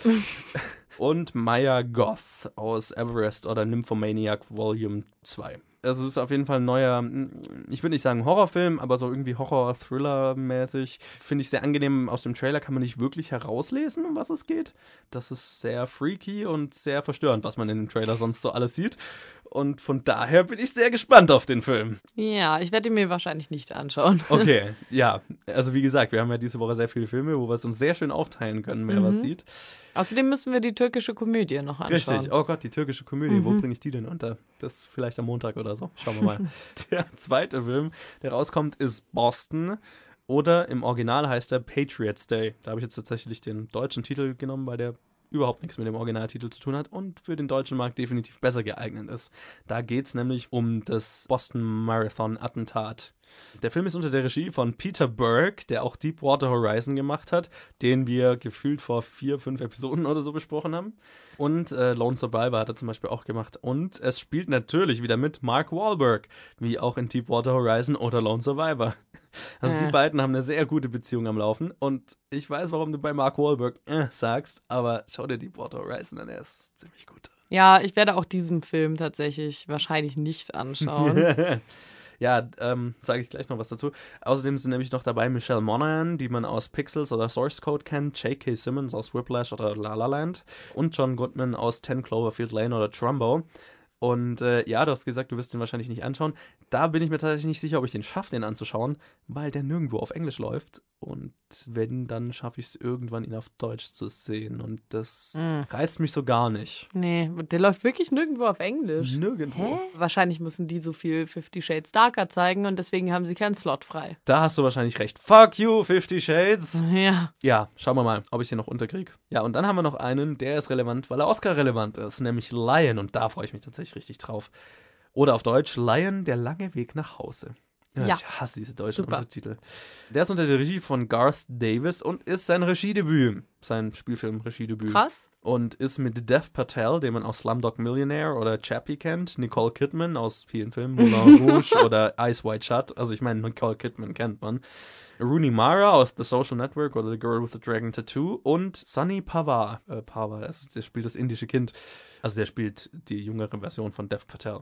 Und Maya Goth aus Everest oder Nymphomaniac Volume 2. Also es ist auf jeden Fall ein neuer, ich würde nicht sagen Horrorfilm, aber so irgendwie Horror-Thriller-mäßig. Finde ich sehr angenehm. Aus dem Trailer kann man nicht wirklich herauslesen, um was es geht. Das ist sehr freaky und sehr verstörend, was man in dem Trailer sonst so alles sieht. Und von daher bin ich sehr gespannt auf den Film. Ja, ich werde ihn mir wahrscheinlich nicht anschauen. Okay, ja. Also wie gesagt, wir haben ja diese Woche sehr viele Filme, wo wir es uns sehr schön aufteilen können, wer was sieht. Außerdem müssen wir die türkische Komödie noch anschauen. Richtig, oh Gott, die türkische Komödie, wo bringe ich die denn unter? Das vielleicht am Montag oder so, schauen wir mal. Der zweite Film, der rauskommt, ist Boston oder im Original heißt er Patriots Day. Da habe ich jetzt tatsächlich den deutschen Titel genommen, weil der überhaupt nichts mit dem Originaltitel zu tun hat und für den deutschen Markt definitiv besser geeignet ist. Da geht es nämlich um das Boston Marathon-Attentat. Der Film ist unter der Regie von Peter Berg, der auch Deepwater Horizon gemacht hat, den wir gefühlt vor 4-5 Episoden oder so besprochen haben. Und Lone Survivor hat er zum Beispiel auch gemacht. Und es spielt natürlich wieder mit Mark Wahlberg, wie auch in Deepwater Horizon oder Lone Survivor. Also die beiden haben eine sehr gute Beziehung am Laufen. Und ich weiß, warum du bei Mark Wahlberg sagst, aber schau dir Deepwater Horizon an, er ist ziemlich gut. Ja, ich werde auch diesen Film tatsächlich wahrscheinlich nicht anschauen. Ja, sage ich gleich noch was dazu. Außerdem sind nämlich noch dabei Michelle Monaghan, die man aus Pixels oder Source Code kennt, J.K. Simmons aus Whiplash oder La La Land und John Goodman aus 10 Cloverfield Lane oder Trumbo. Und ja, du hast gesagt, du wirst den wahrscheinlich nicht anschauen. Da bin ich mir tatsächlich nicht sicher, ob ich den schaffe, den anzuschauen, weil der nirgendwo auf Englisch läuft. Und wenn, dann schaffe ich es irgendwann, ihn auf Deutsch zu sehen. Und das reizt mich so gar nicht. Nee, der läuft wirklich nirgendwo auf Englisch. Nirgendwo. Wahrscheinlich müssen die so viel 50 Shades Darker zeigen und deswegen haben sie keinen Slot frei. Da hast du wahrscheinlich recht. Fuck you, 50 Shades. Ja. Ja, schauen wir mal, ob ich den noch unterkriege. Ja, und dann haben wir noch einen, der ist relevant, weil er Oscar-relevant ist, nämlich Lion. Und da freue ich mich tatsächlich richtig drauf. Oder auf Deutsch, Lion, der lange Weg nach Hause. Ja. Ich hasse diese deutschen Untertitel. Der ist unter der Regie von Garth Davis und ist sein Regiedebüt. Sein Spielfilm-Regiedebüt. Krass. Und ist mit Dev Patel, den man aus Slumdog Millionaire oder Chappie kennt, Nicole Kidman aus vielen Filmen, Moulin Rouge oder Eyes Wide Shut. Also ich meine, Nicole Kidman kennt man. Rooney Mara aus The Social Network oder The Girl with the Dragon Tattoo und Sunny Pawar. Der spielt das indische Kind. Also der spielt die jüngere Version von Dev Patel.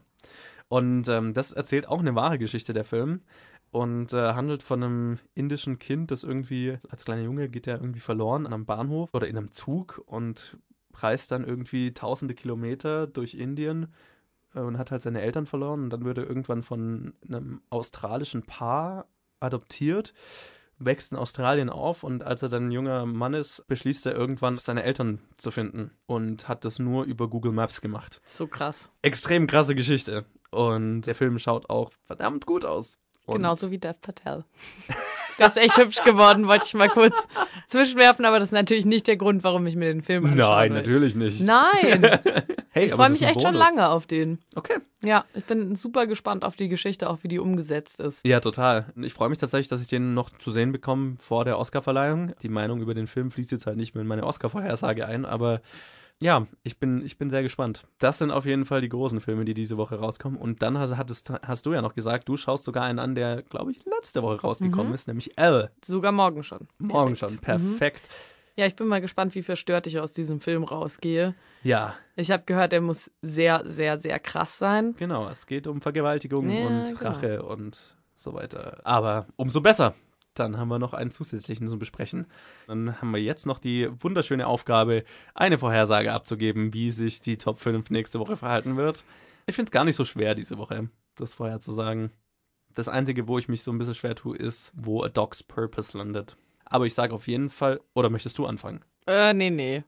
Und das erzählt auch eine wahre Geschichte, der Film. Und handelt von einem indischen Kind, das irgendwie, als kleiner Junge geht er irgendwie verloren an einem Bahnhof oder in einem Zug und reist dann irgendwie tausende Kilometer durch Indien und hat halt seine Eltern verloren. Und dann wird er irgendwann von einem australischen Paar adoptiert, wächst in Australien auf und als er dann ein junger Mann ist, beschließt er irgendwann, seine Eltern zu finden und hat das nur über Google Maps gemacht. So krass. Extrem krasse Geschichte. Und der Film schaut auch verdammt gut aus. Und genauso wie Dev Patel. Das ist echt hübsch geworden, wollte ich mal kurz zwischenwerfen, aber das ist natürlich nicht der Grund, warum ich mir den Film anschaue. Nein, natürlich nicht. Nein. Hey, ich freue mich echt schon lange auf den. Okay. Ja, ich bin super gespannt auf die Geschichte, auch wie die umgesetzt ist. Ja, total. Ich freue mich tatsächlich, dass ich den noch zu sehen bekomme vor der Oscarverleihung. Die Meinung über den Film fließt jetzt halt nicht mehr in meine Oscar-Vorhersage ein, aber ja, ich bin sehr gespannt. Das sind auf jeden Fall die großen Filme, die diese Woche rauskommen. Und dann hast du ja noch gesagt, du schaust sogar einen an, der, glaube ich, letzte Woche rausgekommen ist, nämlich Elle. Sogar morgen schon. Morgen schon, perfekt. Ja, ich bin mal gespannt, wie verstört ich aus diesem Film rausgehe. Ja. Ich habe gehört, er muss sehr, sehr, sehr krass sein. Genau, es geht um Vergewaltigung und Rache und so weiter. Aber umso besser. Dann haben wir noch einen zusätzlichen zu besprechen. Dann haben wir jetzt noch die wunderschöne Aufgabe, eine Vorhersage abzugeben, wie sich die Top 5 nächste Woche verhalten wird. Ich finde es gar nicht so schwer diese Woche, das vorher zu sagen. Das Einzige, wo ich mich so ein bisschen schwer tue, ist, wo A Dog's Purpose landet. Aber ich sage auf jeden Fall, oder möchtest du anfangen? Nee.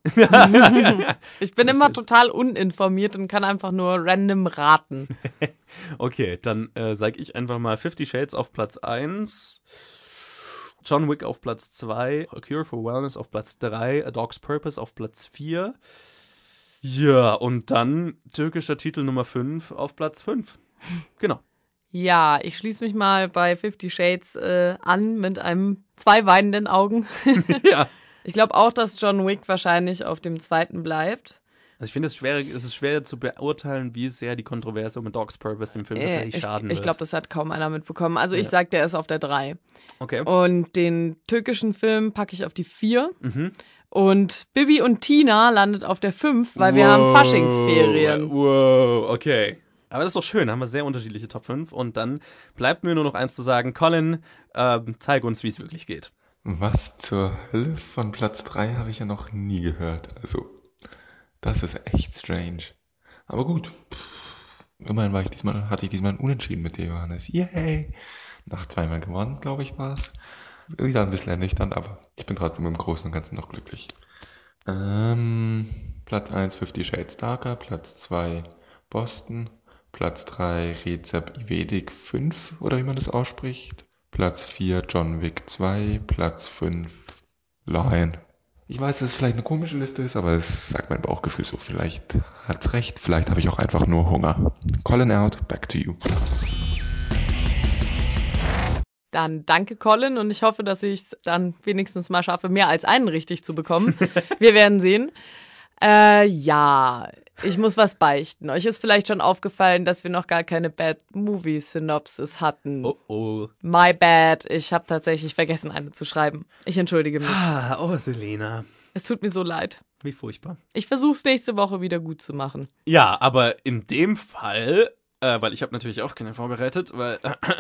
Ich bin immer total uninformiert und kann einfach nur random raten. Okay, dann sage ich einfach mal 50 Shades auf Platz 1, John Wick auf Platz 2, A Cure for Wellness auf Platz 3, A Dog's Purpose auf Platz 4, Ja, und dann türkischer Titel Nummer 5 auf Platz 5. Genau. Ja, ich schließe mich mal bei 50 Shades an mit 2 weinenden Augen. Ja. Ich glaube auch, dass John Wick wahrscheinlich auf dem 2. bleibt. Also ich finde es ist schwer zu beurteilen, wie sehr die Kontroverse um Dog's Purpose dem Film tatsächlich schaden wird. Ich glaube, das hat kaum einer mitbekommen. Also ich sag, der ist auf der 3. Okay. Und den türkischen Film packe ich auf die 4. Mhm. Und Bibi und Tina landet auf der 5, weil wir haben Faschingsferien. Wow, okay. Aber das ist doch schön, da haben wir sehr unterschiedliche Top 5. Und dann bleibt mir nur noch eins zu sagen. Colin, zeig uns, wie es wirklich geht. Was zur Hölle von Platz 3 habe ich ja noch nie gehört. Also, das ist echt strange. Aber gut. Immerhin hatte ich diesmal ein Unentschieden mit dir, Johannes. Yay! Nach 2-mal gewonnen, glaube ich, war es. Wieder ein bisschen ernüchternd, aber ich bin trotzdem im Großen und Ganzen noch glücklich. Platz 1 50 Shades Darker, Platz 2 Boston, Platz 3 Recep İvedik 5, oder wie man das ausspricht. Platz 4 John Wick 2, Platz 5 Lion. Ich weiß, dass es vielleicht eine komische Liste ist, aber es sagt mein Bauchgefühl so. Vielleicht hat's recht, vielleicht habe ich auch einfach nur Hunger. Colin out, back to you. Dann danke, Colin, und ich hoffe, dass ich es dann wenigstens mal schaffe, mehr als einen richtig zu bekommen. Wir werden sehen. Ja, ich muss was beichten. Euch ist vielleicht schon aufgefallen, dass wir noch gar keine Bad Movie Synopsis hatten. Oh. My bad. Ich habe tatsächlich vergessen, eine zu schreiben. Ich entschuldige mich. Oh, Selena. Es tut mir so leid. Wie furchtbar. Ich versuche es nächste Woche wieder gut zu machen. Ja, aber in dem Fall, weil ich habe natürlich auch keine vorbereitet, weil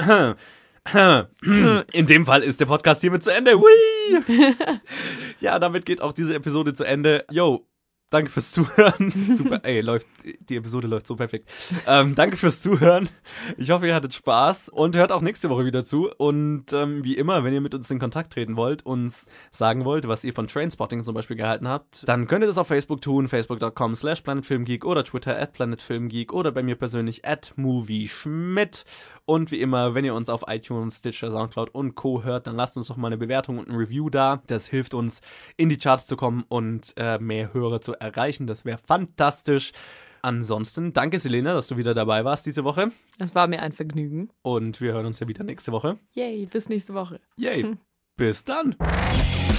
in dem Fall ist der Podcast hiermit zu Ende. Hui! Ja, damit geht auch diese Episode zu Ende. Yo, danke fürs Zuhören. Super, die Episode läuft so perfekt. Danke fürs Zuhören. Ich hoffe, ihr hattet Spaß und hört auch nächste Woche wieder zu. Und wie immer, wenn ihr mit uns in Kontakt treten wollt, uns sagen wollt, was ihr von Trainspotting zum Beispiel gehalten habt, dann könnt ihr das auf Facebook tun, facebook.com/planetfilmgeek oder Twitter @planetfilmgeek oder bei mir persönlich @movieschmidt. Und wie immer, wenn ihr uns auf iTunes, Stitcher, Soundcloud und Co. hört, dann lasst uns doch mal eine Bewertung und ein Review da. Das hilft uns, in die Charts zu kommen und mehr Hörer zu erreichen. Das wäre fantastisch. Ansonsten, danke Selena, dass du wieder dabei warst diese Woche. Es war mir ein Vergnügen. Und wir hören uns ja wieder nächste Woche. Yay, bis nächste Woche. Yay. Bis dann.